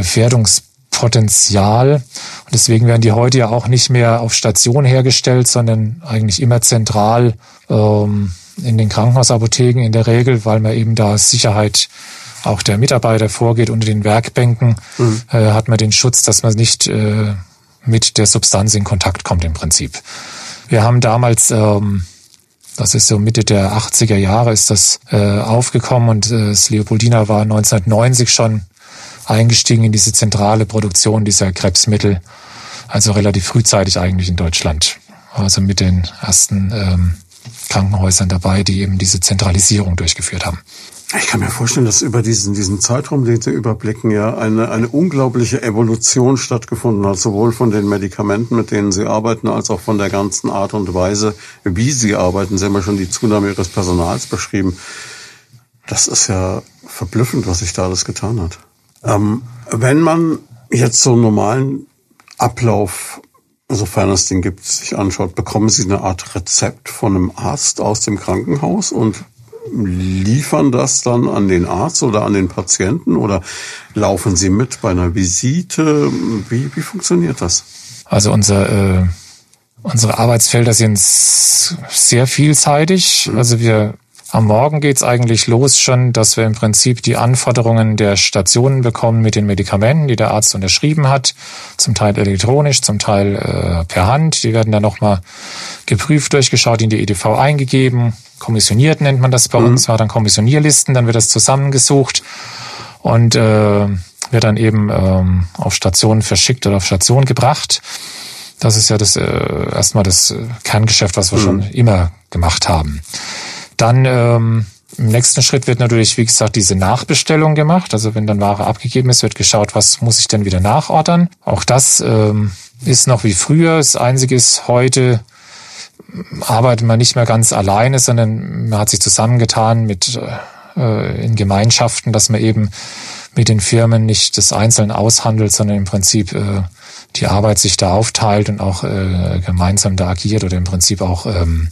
[SPEAKER 2] Gefährdungspotenzial. Und deswegen werden die heute ja auch nicht mehr auf Station hergestellt, sondern eigentlich immer zentral ähm, in den Krankenhausapotheken in der Regel, weil man eben da Sicherheit auch der Mitarbeiter vorgeht. Unter den Werkbänken mhm. äh, hat man den Schutz, dass man nicht äh, mit der Substanz in Kontakt kommt im Prinzip. Wir haben damals, ähm, das ist so Mitte der achtziger Jahre, ist das äh, aufgekommen, und äh, das Leopoldina war neunzehnhundertneunzig schon eingestiegen in diese zentrale Produktion dieser Krebsmittel, also relativ frühzeitig eigentlich in Deutschland. Also mit den ersten ähm, Krankenhäusern dabei, die eben diese Zentralisierung durchgeführt haben.
[SPEAKER 1] Ich kann mir vorstellen, dass über diesen, diesen Zeitraum, den Sie überblicken, ja eine, eine unglaubliche Evolution stattgefunden hat, sowohl von den Medikamenten, mit denen Sie arbeiten, als auch von der ganzen Art und Weise, wie Sie arbeiten. Sie haben ja schon die Zunahme Ihres Personals beschrieben. Das ist ja verblüffend, was sich da alles getan hat. Ähm, wenn man jetzt so einen normalen Ablauf, sofern es den gibt, sich anschaut, bekommen Sie eine Art Rezept von einem Arzt aus dem Krankenhaus und liefern das dann an den Arzt oder an den Patienten oder laufen Sie mit bei einer Visite? Wie, wie funktioniert das?
[SPEAKER 2] Also unser, äh, unsere Arbeitsfelder sind sehr vielseitig. Mhm. Also wir am Morgen geht's eigentlich los schon, dass wir im Prinzip die Anforderungen der Stationen bekommen mit den Medikamenten, die der Arzt unterschrieben hat, zum Teil elektronisch, zum Teil äh, per Hand. Die werden dann nochmal geprüft, durchgeschaut, in die E D V eingegeben. Kommissioniert nennt man das bei mhm. uns, war dann Kommissionierlisten, dann wird das zusammengesucht und äh, wird dann eben ähm, auf Stationen verschickt oder auf Station gebracht. Das ist ja das äh, erstmal das Kerngeschäft, was wir mhm. schon immer gemacht haben. Dann ähm, im nächsten Schritt wird natürlich, wie gesagt, diese Nachbestellung gemacht. Also wenn dann Ware abgegeben ist, wird geschaut, was muss ich denn wieder nachordern. Auch das ähm, ist noch wie früher. Das Einzige ist, heute arbeitet man nicht mehr ganz alleine, sondern man hat sich zusammengetan mit äh, in Gemeinschaften, dass man eben mit den Firmen nicht das einzeln aushandelt, sondern im Prinzip äh, die Arbeit sich da aufteilt und auch äh, gemeinsam da agiert oder im Prinzip auch ähm,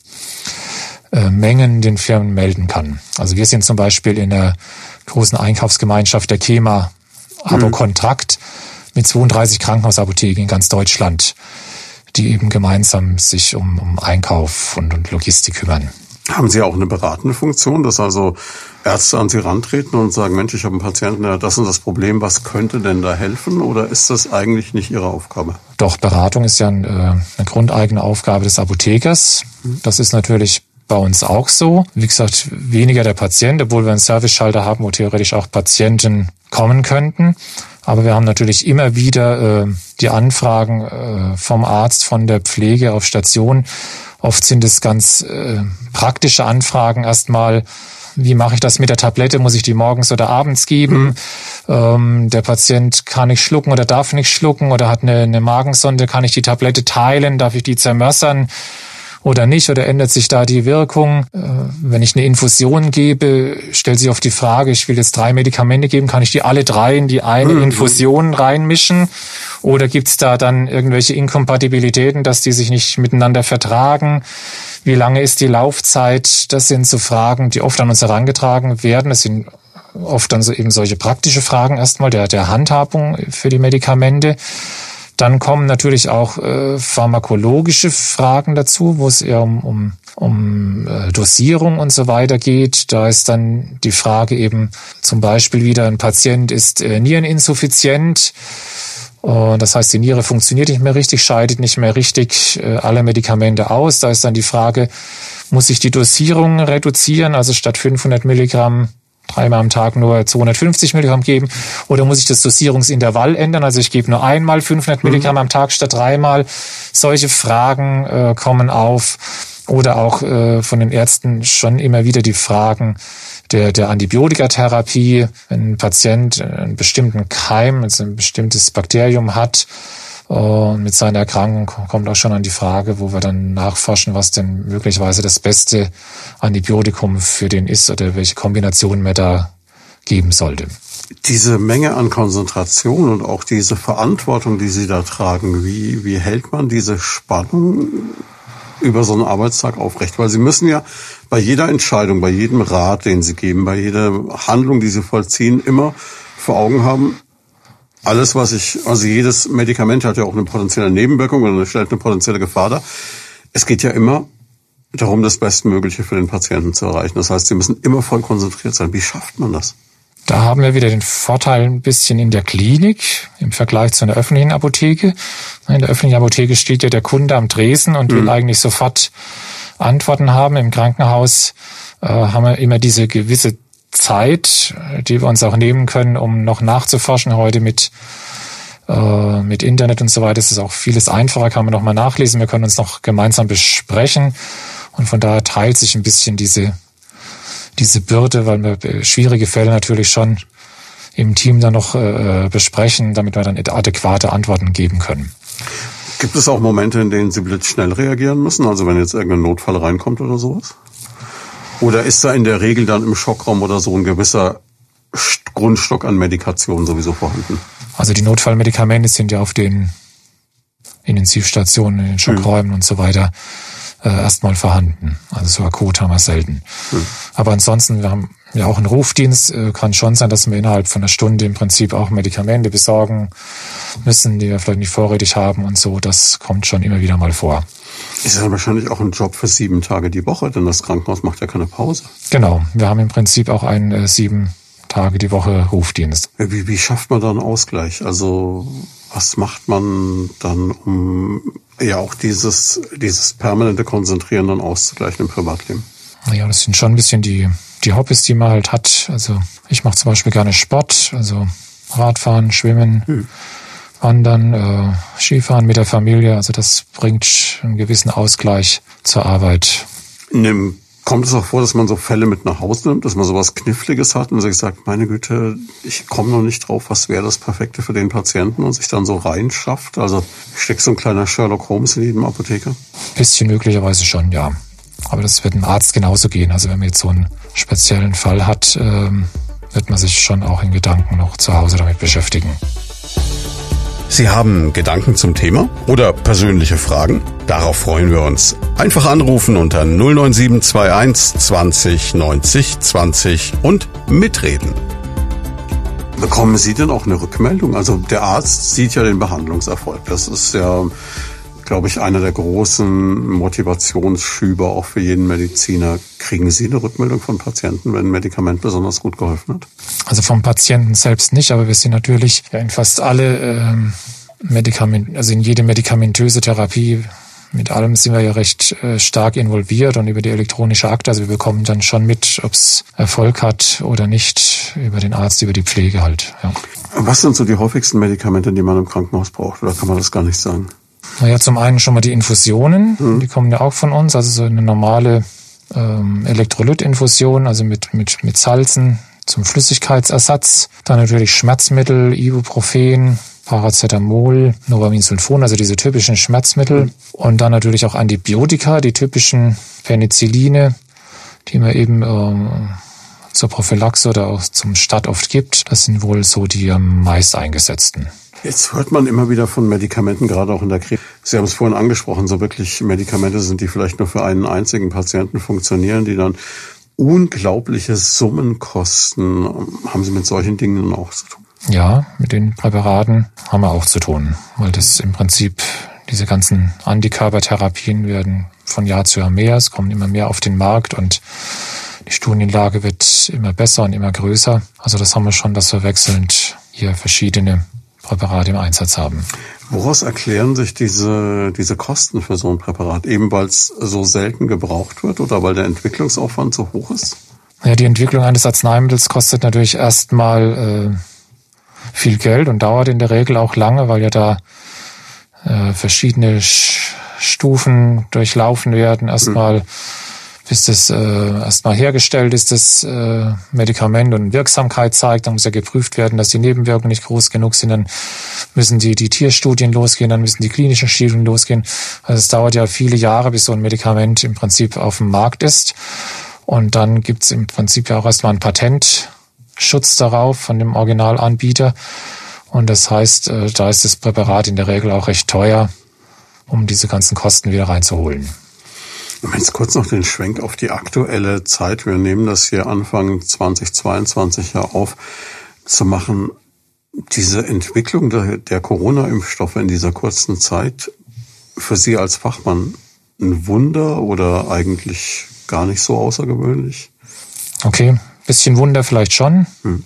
[SPEAKER 2] äh, Mengen den Firmen melden kann. Also wir sind zum Beispiel in der großen Einkaufsgemeinschaft der KEMA Abo-Kontrakt mhm. mit zweiunddreißig Krankenhausapotheken in ganz Deutschland, die eben gemeinsam sich um, um Einkauf und, und Logistik kümmern.
[SPEAKER 1] Haben Sie auch eine beratende Funktion, dass also Ärzte an Sie rantreten und sagen, Mensch, ich habe einen Patienten, der hat das und das Problem, was könnte denn da helfen? Oder ist das eigentlich nicht Ihre Aufgabe?
[SPEAKER 2] Doch, Beratung ist ja ein, äh, eine grundeigene Aufgabe des Apothekers. Das ist natürlich bei uns auch so. Wie gesagt, weniger der Patient, obwohl wir einen Service-Schalter haben, wo theoretisch auch Patienten kommen könnten. Aber wir haben natürlich immer wieder äh, die Anfragen äh, vom Arzt, von der Pflege auf Station. Oft sind es ganz äh, praktische Anfragen erstmal. Wie mache ich das mit der Tablette? Muss ich die morgens oder abends geben? Mhm. Ähm, der Patient kann nicht schlucken oder darf nicht schlucken oder hat eine, eine Magensonde. Kann ich die Tablette teilen? Darf ich die zermössern oder nicht? Oder ändert sich da die Wirkung? Äh, wenn ich eine Infusion gebe, stellt sich oft die Frage, ich will jetzt drei Medikamente geben, kann ich die alle drei in die eine mhm. Infusion reinmischen? Oder gibt's da dann irgendwelche Inkompatibilitäten, dass die sich nicht miteinander vertragen? Wie lange ist die Laufzeit? Das sind so Fragen, die oft an uns herangetragen werden. Das sind oft dann so eben solche praktische Fragen erstmal der, der Handhabung für die Medikamente. Dann kommen natürlich auch äh, pharmakologische Fragen dazu, wo es eher um, um, um äh, Dosierung und so weiter geht. Da ist dann die Frage eben zum Beispiel wieder, ein Patient ist äh, niereninsuffiziient. Und das heißt, die Niere funktioniert nicht mehr richtig, scheidet nicht mehr richtig äh, alle Medikamente aus. Da ist dann die Frage, muss ich die Dosierung reduzieren, also statt fünfhundert Milligramm dreimal am Tag nur zweihundertfünfzig Milligramm geben, oder muss ich das Dosierungsintervall ändern, also ich gebe nur einmal fünfhundert Milligramm am Tag statt dreimal. Solche Fragen äh, kommen auf. Oder auch äh, von den Ärzten schon immer wieder die Fragen der, der Antibiotikatherapie. Wenn ein Patient einen bestimmten Keim, also ein bestimmtes Bakterium hat, und mit seiner Erkrankung kommt auch schon an die Frage, wo wir dann nachforschen, was denn möglicherweise das beste Antibiotikum für den ist oder welche Kombination man da geben sollte.
[SPEAKER 1] Diese Menge an Konzentration und auch diese Verantwortung, die Sie da tragen, wie, wie hält man diese Spannung über so einen Arbeitstag aufrecht? Weil Sie müssen ja bei jeder Entscheidung, bei jedem Rat, den Sie geben, bei jeder Handlung, die Sie vollziehen, immer vor Augen haben, alles, was ich, also jedes Medikament hat ja auch eine potenzielle Nebenwirkung oder stellt eine potenzielle Gefahr dar. Es geht ja immer darum, das Bestmögliche für den Patienten zu erreichen. Das heißt, Sie müssen immer voll konzentriert sein. Wie schafft man das?
[SPEAKER 2] Da haben wir wieder den Vorteil ein bisschen in der Klinik im Vergleich zu einer öffentlichen Apotheke. In der öffentlichen Apotheke steht ja der Kunde am Tresen und mhm. will eigentlich sofort Antworten haben. Im Krankenhaus äh, haben wir immer diese gewisse Zeit, die wir uns auch nehmen können, um noch nachzuforschen. Heute mit äh, mit Internet und so weiter ist es auch vieles einfacher, kann man noch mal nachlesen. Wir können uns noch gemeinsam besprechen und von daher teilt sich ein bisschen diese diese Bürde, weil wir schwierige Fälle natürlich schon im Team dann noch äh, besprechen, damit wir dann adäquate Antworten geben können.
[SPEAKER 1] Gibt es auch Momente, in denen Sie blitzschnell reagieren müssen? Also wenn jetzt irgendein Notfall reinkommt oder sowas? Oder ist da in der Regel dann im Schockraum oder so ein gewisser Grundstock an Medikation sowieso vorhanden?
[SPEAKER 2] Also die Notfallmedikamente sind ja auf den Intensivstationen, in den Schockräumen mhm. und so weiter äh, erstmal vorhanden. Also so akut haben wir selten. Mhm. Aber ansonsten, wir haben ja auch einen Rufdienst. Äh, kann schon sein, dass wir innerhalb von einer Stunde im Prinzip auch Medikamente besorgen müssen, die wir vielleicht nicht vorrätig haben und so. Das kommt schon immer wieder mal vor.
[SPEAKER 1] Ist ja wahrscheinlich auch ein Job für sieben Tage die Woche, denn das Krankenhaus macht ja keine Pause.
[SPEAKER 2] Genau, wir haben im Prinzip auch einen äh, sieben Tage die Woche Rufdienst.
[SPEAKER 1] Wie, wie schafft man da einen Ausgleich? Also was macht man dann, um ja auch dieses dieses permanente Konzentrieren dann auszugleichen im Privatleben?
[SPEAKER 2] Ja, das sind schon ein bisschen die die Hobbys, die man halt hat. Also ich mache zum Beispiel gerne Sport, also Radfahren, Schwimmen, hm. Wandern, äh, Skifahren mit der Familie. Also das bringt einen gewissen Ausgleich zur Arbeit.
[SPEAKER 1] Nimm Kommt es auch vor, dass man so Fälle mit nach Hause nimmt, dass man sowas Kniffliges hat und sich sagt, meine Güte, ich komme noch nicht drauf, was wäre das Perfekte für den Patienten und sich dann so reinschafft? Also steckt so ein kleiner Sherlock Holmes in jedem Apotheker?
[SPEAKER 2] Bisschen möglicherweise schon, ja. Aber das wird einem Arzt genauso gehen. Also wenn man jetzt so einen speziellen Fall hat, ähm, wird man sich schon auch in Gedanken noch zu Hause damit beschäftigen.
[SPEAKER 1] Sie haben Gedanken zum Thema oder persönliche Fragen? Darauf freuen wir uns. Einfach anrufen unter null neun sieben zwei eins zwanzig neunzig zwanzig und mitreden. Bekommen Sie denn auch eine Rückmeldung? Also der Arzt sieht ja den Behandlungserfolg. Das ist ja, glaube ich, einer der großen Motivationsschübe auch für jeden Mediziner. Kriegen Sie eine Rückmeldung von Patienten, wenn ein Medikament besonders gut geholfen hat?
[SPEAKER 2] Also vom Patienten selbst nicht, aber wir sind natürlich ja in fast alle ähm, Medikamente, also in jede medikamentöse Therapie, mit allem sind wir ja recht äh, stark involviert und über die elektronische Akte, also wir bekommen dann schon mit, ob es Erfolg hat oder nicht, über den Arzt, über die Pflege halt. Ja.
[SPEAKER 1] Was sind so die häufigsten Medikamente, die man im Krankenhaus braucht, oder kann man das gar nicht sagen?
[SPEAKER 2] Naja, zum einen schon mal die Infusionen, mhm. die kommen ja auch von uns, also so eine normale ähm, Elektrolytinfusion, also mit, mit, mit Salzen zum Flüssigkeitsersatz. Dann natürlich Schmerzmittel, Ibuprofen, Paracetamol, Novamin-Sulfon, also diese typischen Schmerzmittel. Mhm. Und dann natürlich auch Antibiotika, die typischen Penicilline, die man eben ähm, zur Prophylaxe oder auch zum Start oft gibt. Das sind wohl so die am meist eingesetzten.
[SPEAKER 1] Jetzt hört man immer wieder von Medikamenten, gerade auch in der Krebs. Sie haben es vorhin angesprochen, so wirklich Medikamente sind, die vielleicht nur für einen einzigen Patienten funktionieren, die dann unglaubliche Summen kosten. Haben Sie mit solchen Dingen auch zu tun?
[SPEAKER 2] Ja, mit den Präparaten haben wir auch zu tun, weil das im Prinzip, diese ganzen Antikörpertherapien werden von Jahr zu Jahr mehr, es kommen immer mehr auf den Markt und die Studienlage wird immer besser und immer größer. Also das haben wir schon, dass wir wechselnd hier verschiedene Präparate im Einsatz haben.
[SPEAKER 1] Woraus erklären sich diese, diese Kosten für so ein Präparat? Eben weil es so selten gebraucht wird oder weil der Entwicklungsaufwand so hoch ist?
[SPEAKER 2] Ja, die Entwicklung eines Arzneimittels kostet natürlich erstmal äh, viel Geld und dauert in der Regel auch lange, weil ja da äh, verschiedene Sch- Stufen durchlaufen werden. Erstmal, mhm. bis das äh, erstmal hergestellt ist, das äh, Medikament und Wirksamkeit zeigt. Dann muss ja geprüft werden, dass die Nebenwirkungen nicht groß genug sind. Dann müssen die, die Tierstudien losgehen, dann müssen die klinischen Studien losgehen. Also es dauert ja viele Jahre, bis so ein Medikament im Prinzip auf dem Markt ist. Und dann gibt's im Prinzip ja auch erstmal einen Patentschutz darauf von dem Originalanbieter. Und das heißt, äh, da ist das Präparat in der Regel auch recht teuer, um diese ganzen Kosten wieder reinzuholen.
[SPEAKER 1] Und jetzt kurz noch den Schwenk auf die aktuelle Zeit. Wir nehmen das hier Anfang zweitausendzweiundzwanzig ja auf, zu machen. Diese Entwicklung der, der Corona-Impfstoffe in dieser kurzen Zeit, für Sie als Fachmann ein Wunder oder eigentlich gar nicht so außergewöhnlich?
[SPEAKER 2] Okay, bisschen Wunder vielleicht schon. Hm.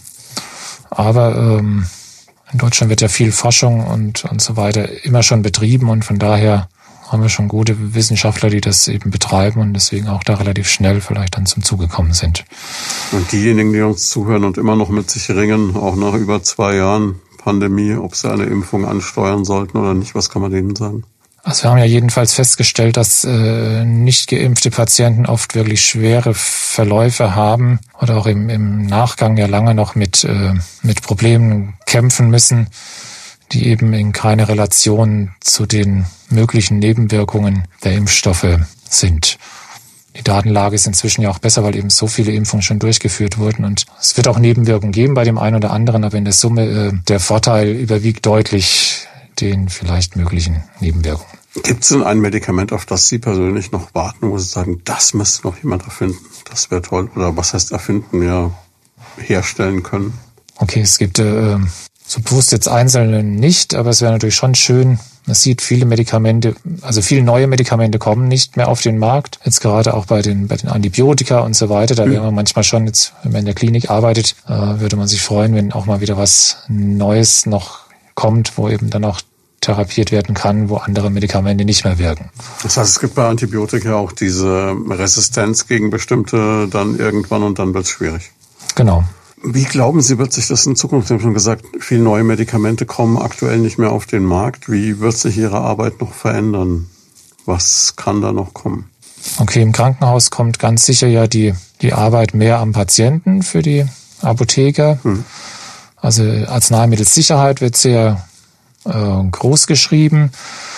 [SPEAKER 2] Aber ähm, in Deutschland wird ja viel Forschung und, und so weiter immer schon betrieben und von daher haben wir schon gute Wissenschaftler, die das eben betreiben und deswegen auch da relativ schnell vielleicht dann zum Zuge gekommen sind.
[SPEAKER 1] Und diejenigen, die uns zuhören und immer noch mit sich ringen, auch nach über zwei Jahren Pandemie, ob sie eine Impfung ansteuern sollten oder nicht, was kann man denen sagen?
[SPEAKER 2] Also wir haben ja jedenfalls festgestellt, dass äh, nicht geimpfte Patienten oft wirklich schwere Verläufe haben oder auch im, im Nachgang ja lange noch mit, äh, mit Problemen kämpfen müssen, die eben in keiner Relation zu den möglichen Nebenwirkungen der Impfstoffe sind. Die Datenlage ist inzwischen ja auch besser, weil eben so viele Impfungen schon durchgeführt wurden. Und es wird auch Nebenwirkungen geben bei dem einen oder anderen, aber in der Summe äh, der Vorteil überwiegt deutlich den vielleicht möglichen Nebenwirkungen.
[SPEAKER 1] Gibt es denn ein Medikament, auf das Sie persönlich noch warten, wo Sie sagen, das müsste noch jemand erfinden? Das wäre toll. Oder was heißt erfinden? Ja, herstellen können.
[SPEAKER 2] Okay, es gibt äh, so bewusst jetzt einzelne nicht, aber es wäre natürlich schon schön. Man sieht viele Medikamente, also viele neue Medikamente kommen nicht mehr auf den Markt. Jetzt gerade auch bei den, bei den Antibiotika und so weiter. Da wäre man manchmal schon jetzt, wenn man in der Klinik arbeitet, äh, würde man sich freuen, wenn auch mal wieder was Neues noch kommt, wo eben dann auch therapiert werden kann, wo andere Medikamente nicht mehr wirken.
[SPEAKER 1] Das heißt, es gibt bei Antibiotika auch diese Resistenz gegen bestimmte dann irgendwann und dann wird es schwierig.
[SPEAKER 2] Genau.
[SPEAKER 1] Wie glauben Sie, wird sich das in Zukunft, Sie haben schon gesagt, viele neue Medikamente kommen aktuell nicht mehr auf den Markt. Wie wird sich Ihre Arbeit noch verändern? Was kann da noch kommen?
[SPEAKER 2] Okay, im Krankenhaus kommt ganz sicher ja die, die Arbeit mehr am Patienten für die Apotheker. Hm. Also Arzneimittelsicherheit wird sehr äh, groß geschrieben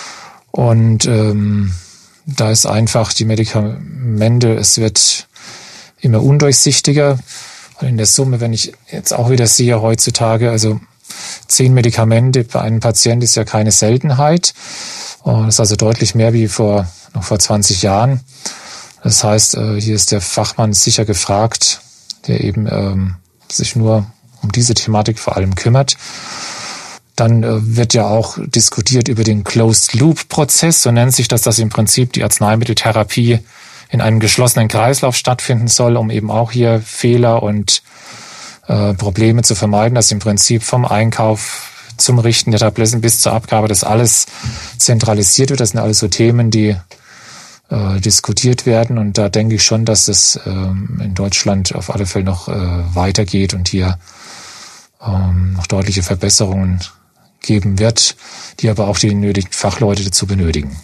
[SPEAKER 2] und ähm, da ist einfach die Medikamente, es wird immer undurchsichtiger. In der Summe, wenn ich jetzt auch wieder sehe heutzutage, also zehn Medikamente bei einem Patienten ist ja keine Seltenheit. Das ist also deutlich mehr wie vor noch vor zwanzig Jahren. Das heißt, hier ist der Fachmann sicher gefragt, der eben ähm, sich nur um diese Thematik vor allem kümmert. Dann äh, wird ja auch diskutiert über den Closed-Loop-Prozess, so nennt sich das, dass im Prinzip die Arzneimitteltherapie in einem geschlossenen Kreislauf stattfinden soll, um eben auch hier Fehler und äh, Probleme zu vermeiden, dass im Prinzip vom Einkauf zum Richten der Tabletten bis zur Abgabe das alles zentralisiert wird. Das sind alles so Themen, die äh, diskutiert werden und da denke ich schon, dass es äh, in Deutschland auf alle Fälle noch äh, weitergeht und hier äh, noch deutliche Verbesserungen geben wird, die aber auch die nötigen Fachleute dazu benötigen.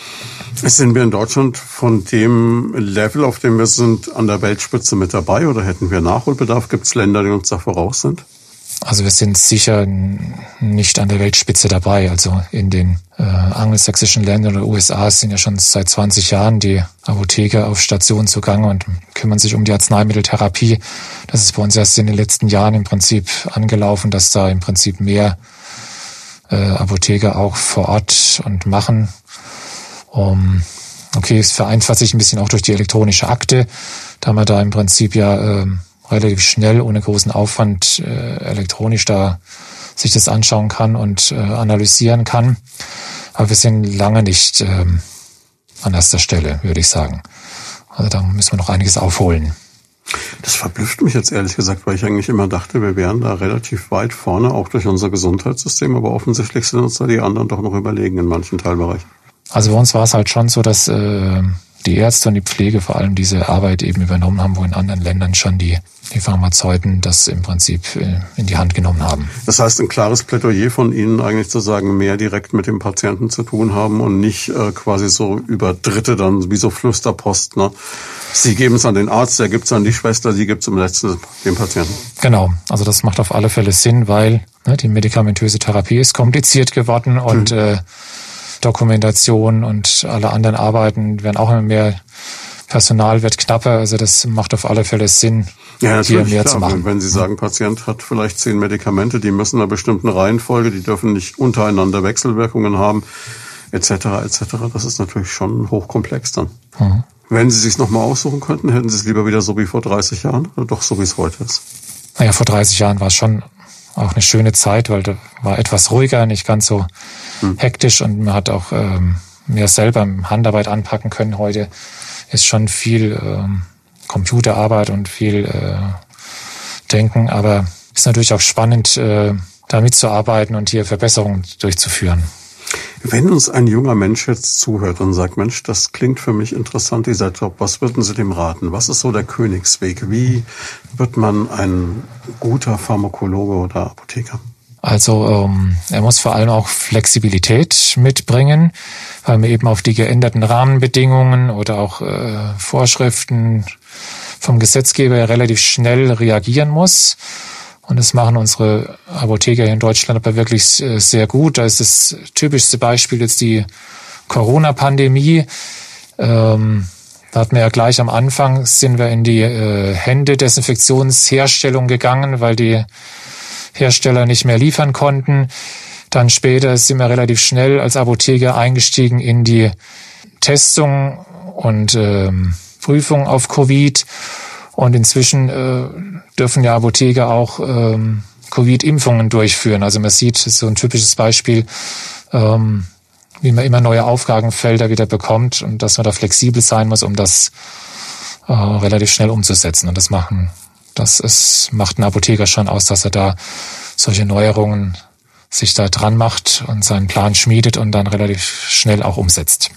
[SPEAKER 1] Sind wir in Deutschland von dem Level, auf dem wir sind, an der Weltspitze mit dabei oder hätten wir Nachholbedarf? Gibt es Länder, die uns da voraus sind?
[SPEAKER 2] Also wir sind sicher nicht an der Weltspitze dabei. Also in den äh, angelsächsischen Ländern oder U S A sind ja schon seit zwanzig Jahren die Apotheker auf Station zugange und kümmern sich um die Arzneimitteltherapie. Das ist bei uns erst in den letzten Jahren im Prinzip angelaufen, dass da im Prinzip mehr äh, Apotheker auch vor Ort und machen. Um, okay, es vereinfacht sich ein bisschen auch durch die elektronische Akte, da man da im Prinzip ja äh, relativ schnell, ohne großen Aufwand, äh, elektronisch da sich das anschauen kann und äh, analysieren kann. Aber wir sind lange nicht äh, an erster Stelle, würde ich sagen. Also da müssen wir noch einiges aufholen.
[SPEAKER 1] Das verblüfft mich jetzt ehrlich gesagt, weil ich eigentlich immer dachte, wir wären da relativ weit vorne, auch durch unser Gesundheitssystem, aber offensichtlich sind uns da die anderen doch noch überlegen in manchen Teilbereichen.
[SPEAKER 2] Also bei uns war es halt schon so, dass äh, die Ärzte und die Pflege vor allem diese Arbeit eben übernommen haben, wo in anderen Ländern schon die, die Pharmazeuten das im Prinzip äh, in die Hand genommen haben.
[SPEAKER 1] Das heißt, ein klares Plädoyer von Ihnen eigentlich zu sagen, mehr direkt mit dem Patienten zu tun haben und nicht äh, quasi so über Dritte dann wie so Flüsterpost. Ne? Sie geben es an den Arzt, der gibt es an die Schwester, sie gibt es im letzten dem Patienten.
[SPEAKER 2] Genau, also das macht auf alle Fälle Sinn, weil ne, die medikamentöse Therapie ist kompliziert geworden und mhm. äh, Dokumentation und alle anderen Arbeiten werden auch immer mehr, Personal wird knapper, also das macht auf alle Fälle Sinn,
[SPEAKER 1] ja,
[SPEAKER 2] hier mehr
[SPEAKER 1] klar,
[SPEAKER 2] zu machen.
[SPEAKER 1] Wenn Sie sagen, Patient hat vielleicht zehn Medikamente, die müssen in einer bestimmten Reihenfolge, die dürfen nicht untereinander Wechselwirkungen haben, et cetera et cetera. Das ist natürlich schon hochkomplex dann. Mhm. Wenn Sie es sich nochmal aussuchen könnten, hätten Sie es lieber wieder so wie vor dreißig Jahren oder doch so, wie es heute ist?
[SPEAKER 2] Naja, vor dreißig Jahren war es schon auch eine schöne Zeit, weil da war etwas ruhiger, nicht ganz so hm. hektisch und man hat auch ähm, mehr selber Handarbeit anpacken können. Heute ist schon viel ähm, Computerarbeit und viel äh, Denken, aber ist natürlich auch spannend, äh, da mitzuarbeiten und hier Verbesserungen durchzuführen.
[SPEAKER 1] Wenn uns ein junger Mensch jetzt zuhört und sagt, Mensch, das klingt für mich interessant, dieser Job, was würden Sie dem raten? Was ist so der Königsweg? Wie wird man ein guter Pharmakologe oder Apotheker?
[SPEAKER 2] Also ähm, er muss vor allem auch Flexibilität mitbringen, weil man eben auf die geänderten Rahmenbedingungen oder auch äh, Vorschriften vom Gesetzgeber relativ schnell reagieren muss. Und das machen unsere Apotheker hier in Deutschland aber wirklich sehr gut. Da ist das typischste Beispiel jetzt die Corona-Pandemie. Ähm, da hatten wir ja gleich am Anfang, sind wir in die äh, Händedesinfektionsherstellung gegangen, weil die Hersteller nicht mehr liefern konnten. Dann später sind wir relativ schnell als Apotheker eingestiegen in die Testung und ähm, Prüfung auf Covid. Und inzwischen äh, dürfen ja Apotheker auch ähm, Covid-Impfungen durchführen. Also man sieht, das ist so ein typisches Beispiel, ähm, wie man immer neue Aufgabenfelder wieder bekommt und dass man da flexibel sein muss, um das äh, relativ schnell umzusetzen. Und das machen, das ist, macht ein Apotheker schon aus, dass er da solche Neuerungen sich da dran macht und seinen Plan schmiedet und dann relativ schnell auch umsetzt.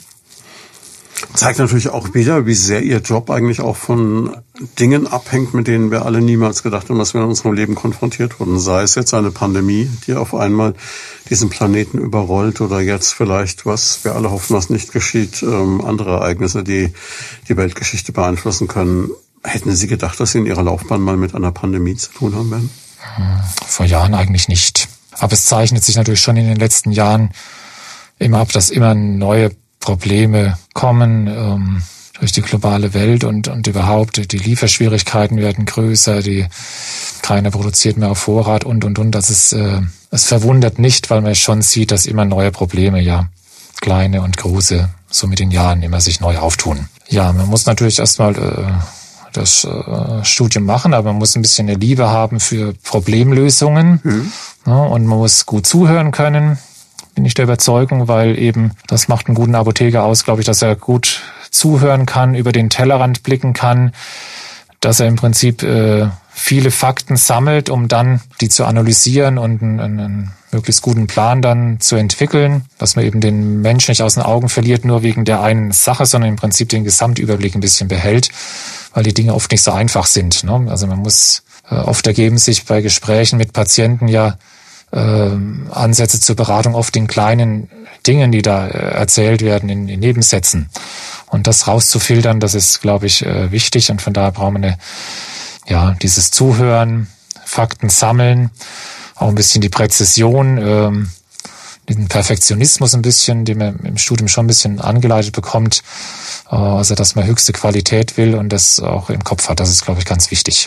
[SPEAKER 1] Zeigt natürlich auch wieder, wie sehr Ihr Job eigentlich auch von Dingen abhängt, mit denen wir alle niemals gedacht haben, dass wir in unserem Leben konfrontiert wurden. Sei es jetzt eine Pandemie, die auf einmal diesen Planeten überrollt, oder jetzt vielleicht, was wir alle hoffen, was nicht geschieht, ähm, andere Ereignisse, die die Weltgeschichte beeinflussen können. Hätten Sie gedacht, dass Sie in Ihrer Laufbahn mal mit einer Pandemie zu tun haben werden?
[SPEAKER 2] Vor Jahren eigentlich nicht. Aber es zeichnet sich natürlich schon in den letzten Jahren immer ab, dass immer neue Probleme kommen ähm, durch die globale Welt und und überhaupt die Lieferschwierigkeiten werden größer, die keiner produziert mehr auf Vorrat und und und. Das ist äh, es verwundert nicht, weil man schon sieht, dass immer neue Probleme, ja, kleine und große, so mit den Jahren immer sich neu auftun. Ja, man muss natürlich erstmal äh, das äh, Studium machen, aber man muss ein bisschen eine Liebe haben für Problemlösungen, mhm. ja, und man muss gut zuhören können. Bin ich der Überzeugung, weil eben das macht einen guten Apotheker aus, glaube ich, dass er gut zuhören kann, über den Tellerrand blicken kann, dass er im Prinzip äh, viele Fakten sammelt, um dann die zu analysieren und einen, einen möglichst guten Plan dann zu entwickeln, dass man eben den Menschen nicht aus den Augen verliert, nur wegen der einen Sache, sondern im Prinzip den Gesamtüberblick ein bisschen behält, weil die Dinge oft nicht so einfach sind, ne? Also man muss, äh, oft ergeben sich bei Gesprächen mit Patienten ja Äh, Ansätze zur Beratung oft in kleinen Dingen, die da äh, erzählt werden, in, in Nebensätzen. Und das rauszufiltern, das ist, glaube ich, äh, wichtig. Und von daher brauchen wir eine, ja, dieses Zuhören, Fakten sammeln, auch ein bisschen die Präzision, äh, diesen Perfektionismus ein bisschen, den man im Studium schon ein bisschen angeleitet bekommt. Äh, also, dass man höchste Qualität will und das auch im Kopf hat. Das ist, glaube ich, ganz wichtig.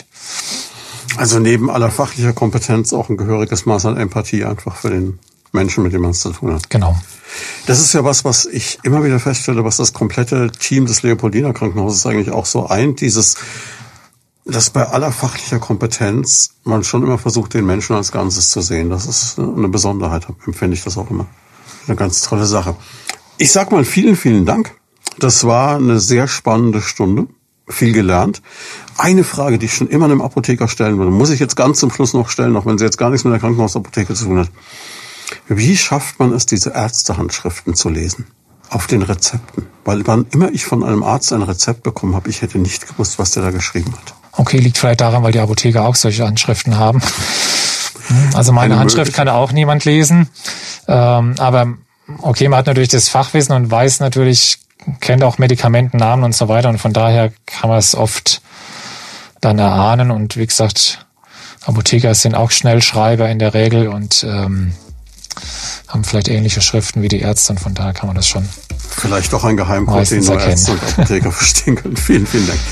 [SPEAKER 1] Also neben aller fachlicher Kompetenz auch ein gehöriges Maß an Empathie einfach für den Menschen, mit dem man es zu tun hat.
[SPEAKER 2] Genau.
[SPEAKER 1] Das ist ja was, was ich immer wieder feststelle, was das komplette Team des Leopoldiner Krankenhauses eigentlich auch so eint. Dieses, dass bei aller fachlicher Kompetenz man schon immer versucht, den Menschen als Ganzes zu sehen. Das ist eine Besonderheit, empfinde ich das auch immer. Eine ganz tolle Sache. Ich sag mal vielen, vielen Dank. Das war eine sehr spannende Stunde. Viel gelernt. Eine Frage, die ich schon immer einem Apotheker stellen würde, muss ich jetzt ganz zum Schluss noch stellen, auch wenn sie jetzt gar nichts mit der Krankenhausapotheke zu tun hat. Wie schafft man es, diese Ärztehandschriften zu lesen? Auf den Rezepten. Weil wann immer ich von einem Arzt ein Rezept bekommen habe, ich hätte nicht gewusst, was der da geschrieben hat.
[SPEAKER 2] Okay, liegt vielleicht daran, weil die Apotheker auch solche Handschriften haben. Also meine Eine Handschrift kann auch niemand lesen. Ähm, aber okay, man hat natürlich das Fachwissen und weiß natürlich, kennt auch Medikamentennamen und so weiter und von daher kann man es oft dann erahnen und wie gesagt, Apotheker sind auch Schnellschreiber in der Regel und ähm, haben vielleicht ähnliche Schriften wie die Ärzte und von daher kann man das schon
[SPEAKER 1] vielleicht doch ein Geheimcode, den nur Ärzte und Apotheker verstehen können. Vielen, vielen Dank.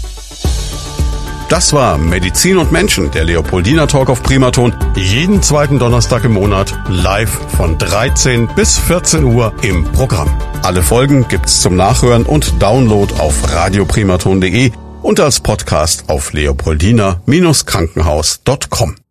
[SPEAKER 1] Das war Medizin und Menschen, der Leopoldiner Talk auf Primaton. Jeden zweiten Donnerstag im Monat live von dreizehn bis vierzehn Uhr im Programm. Alle Folgen gibt's zum Nachhören und Download auf radioprimaton punkt de und als Podcast auf leopoldiner Bindestrich krankenhaus punkt com.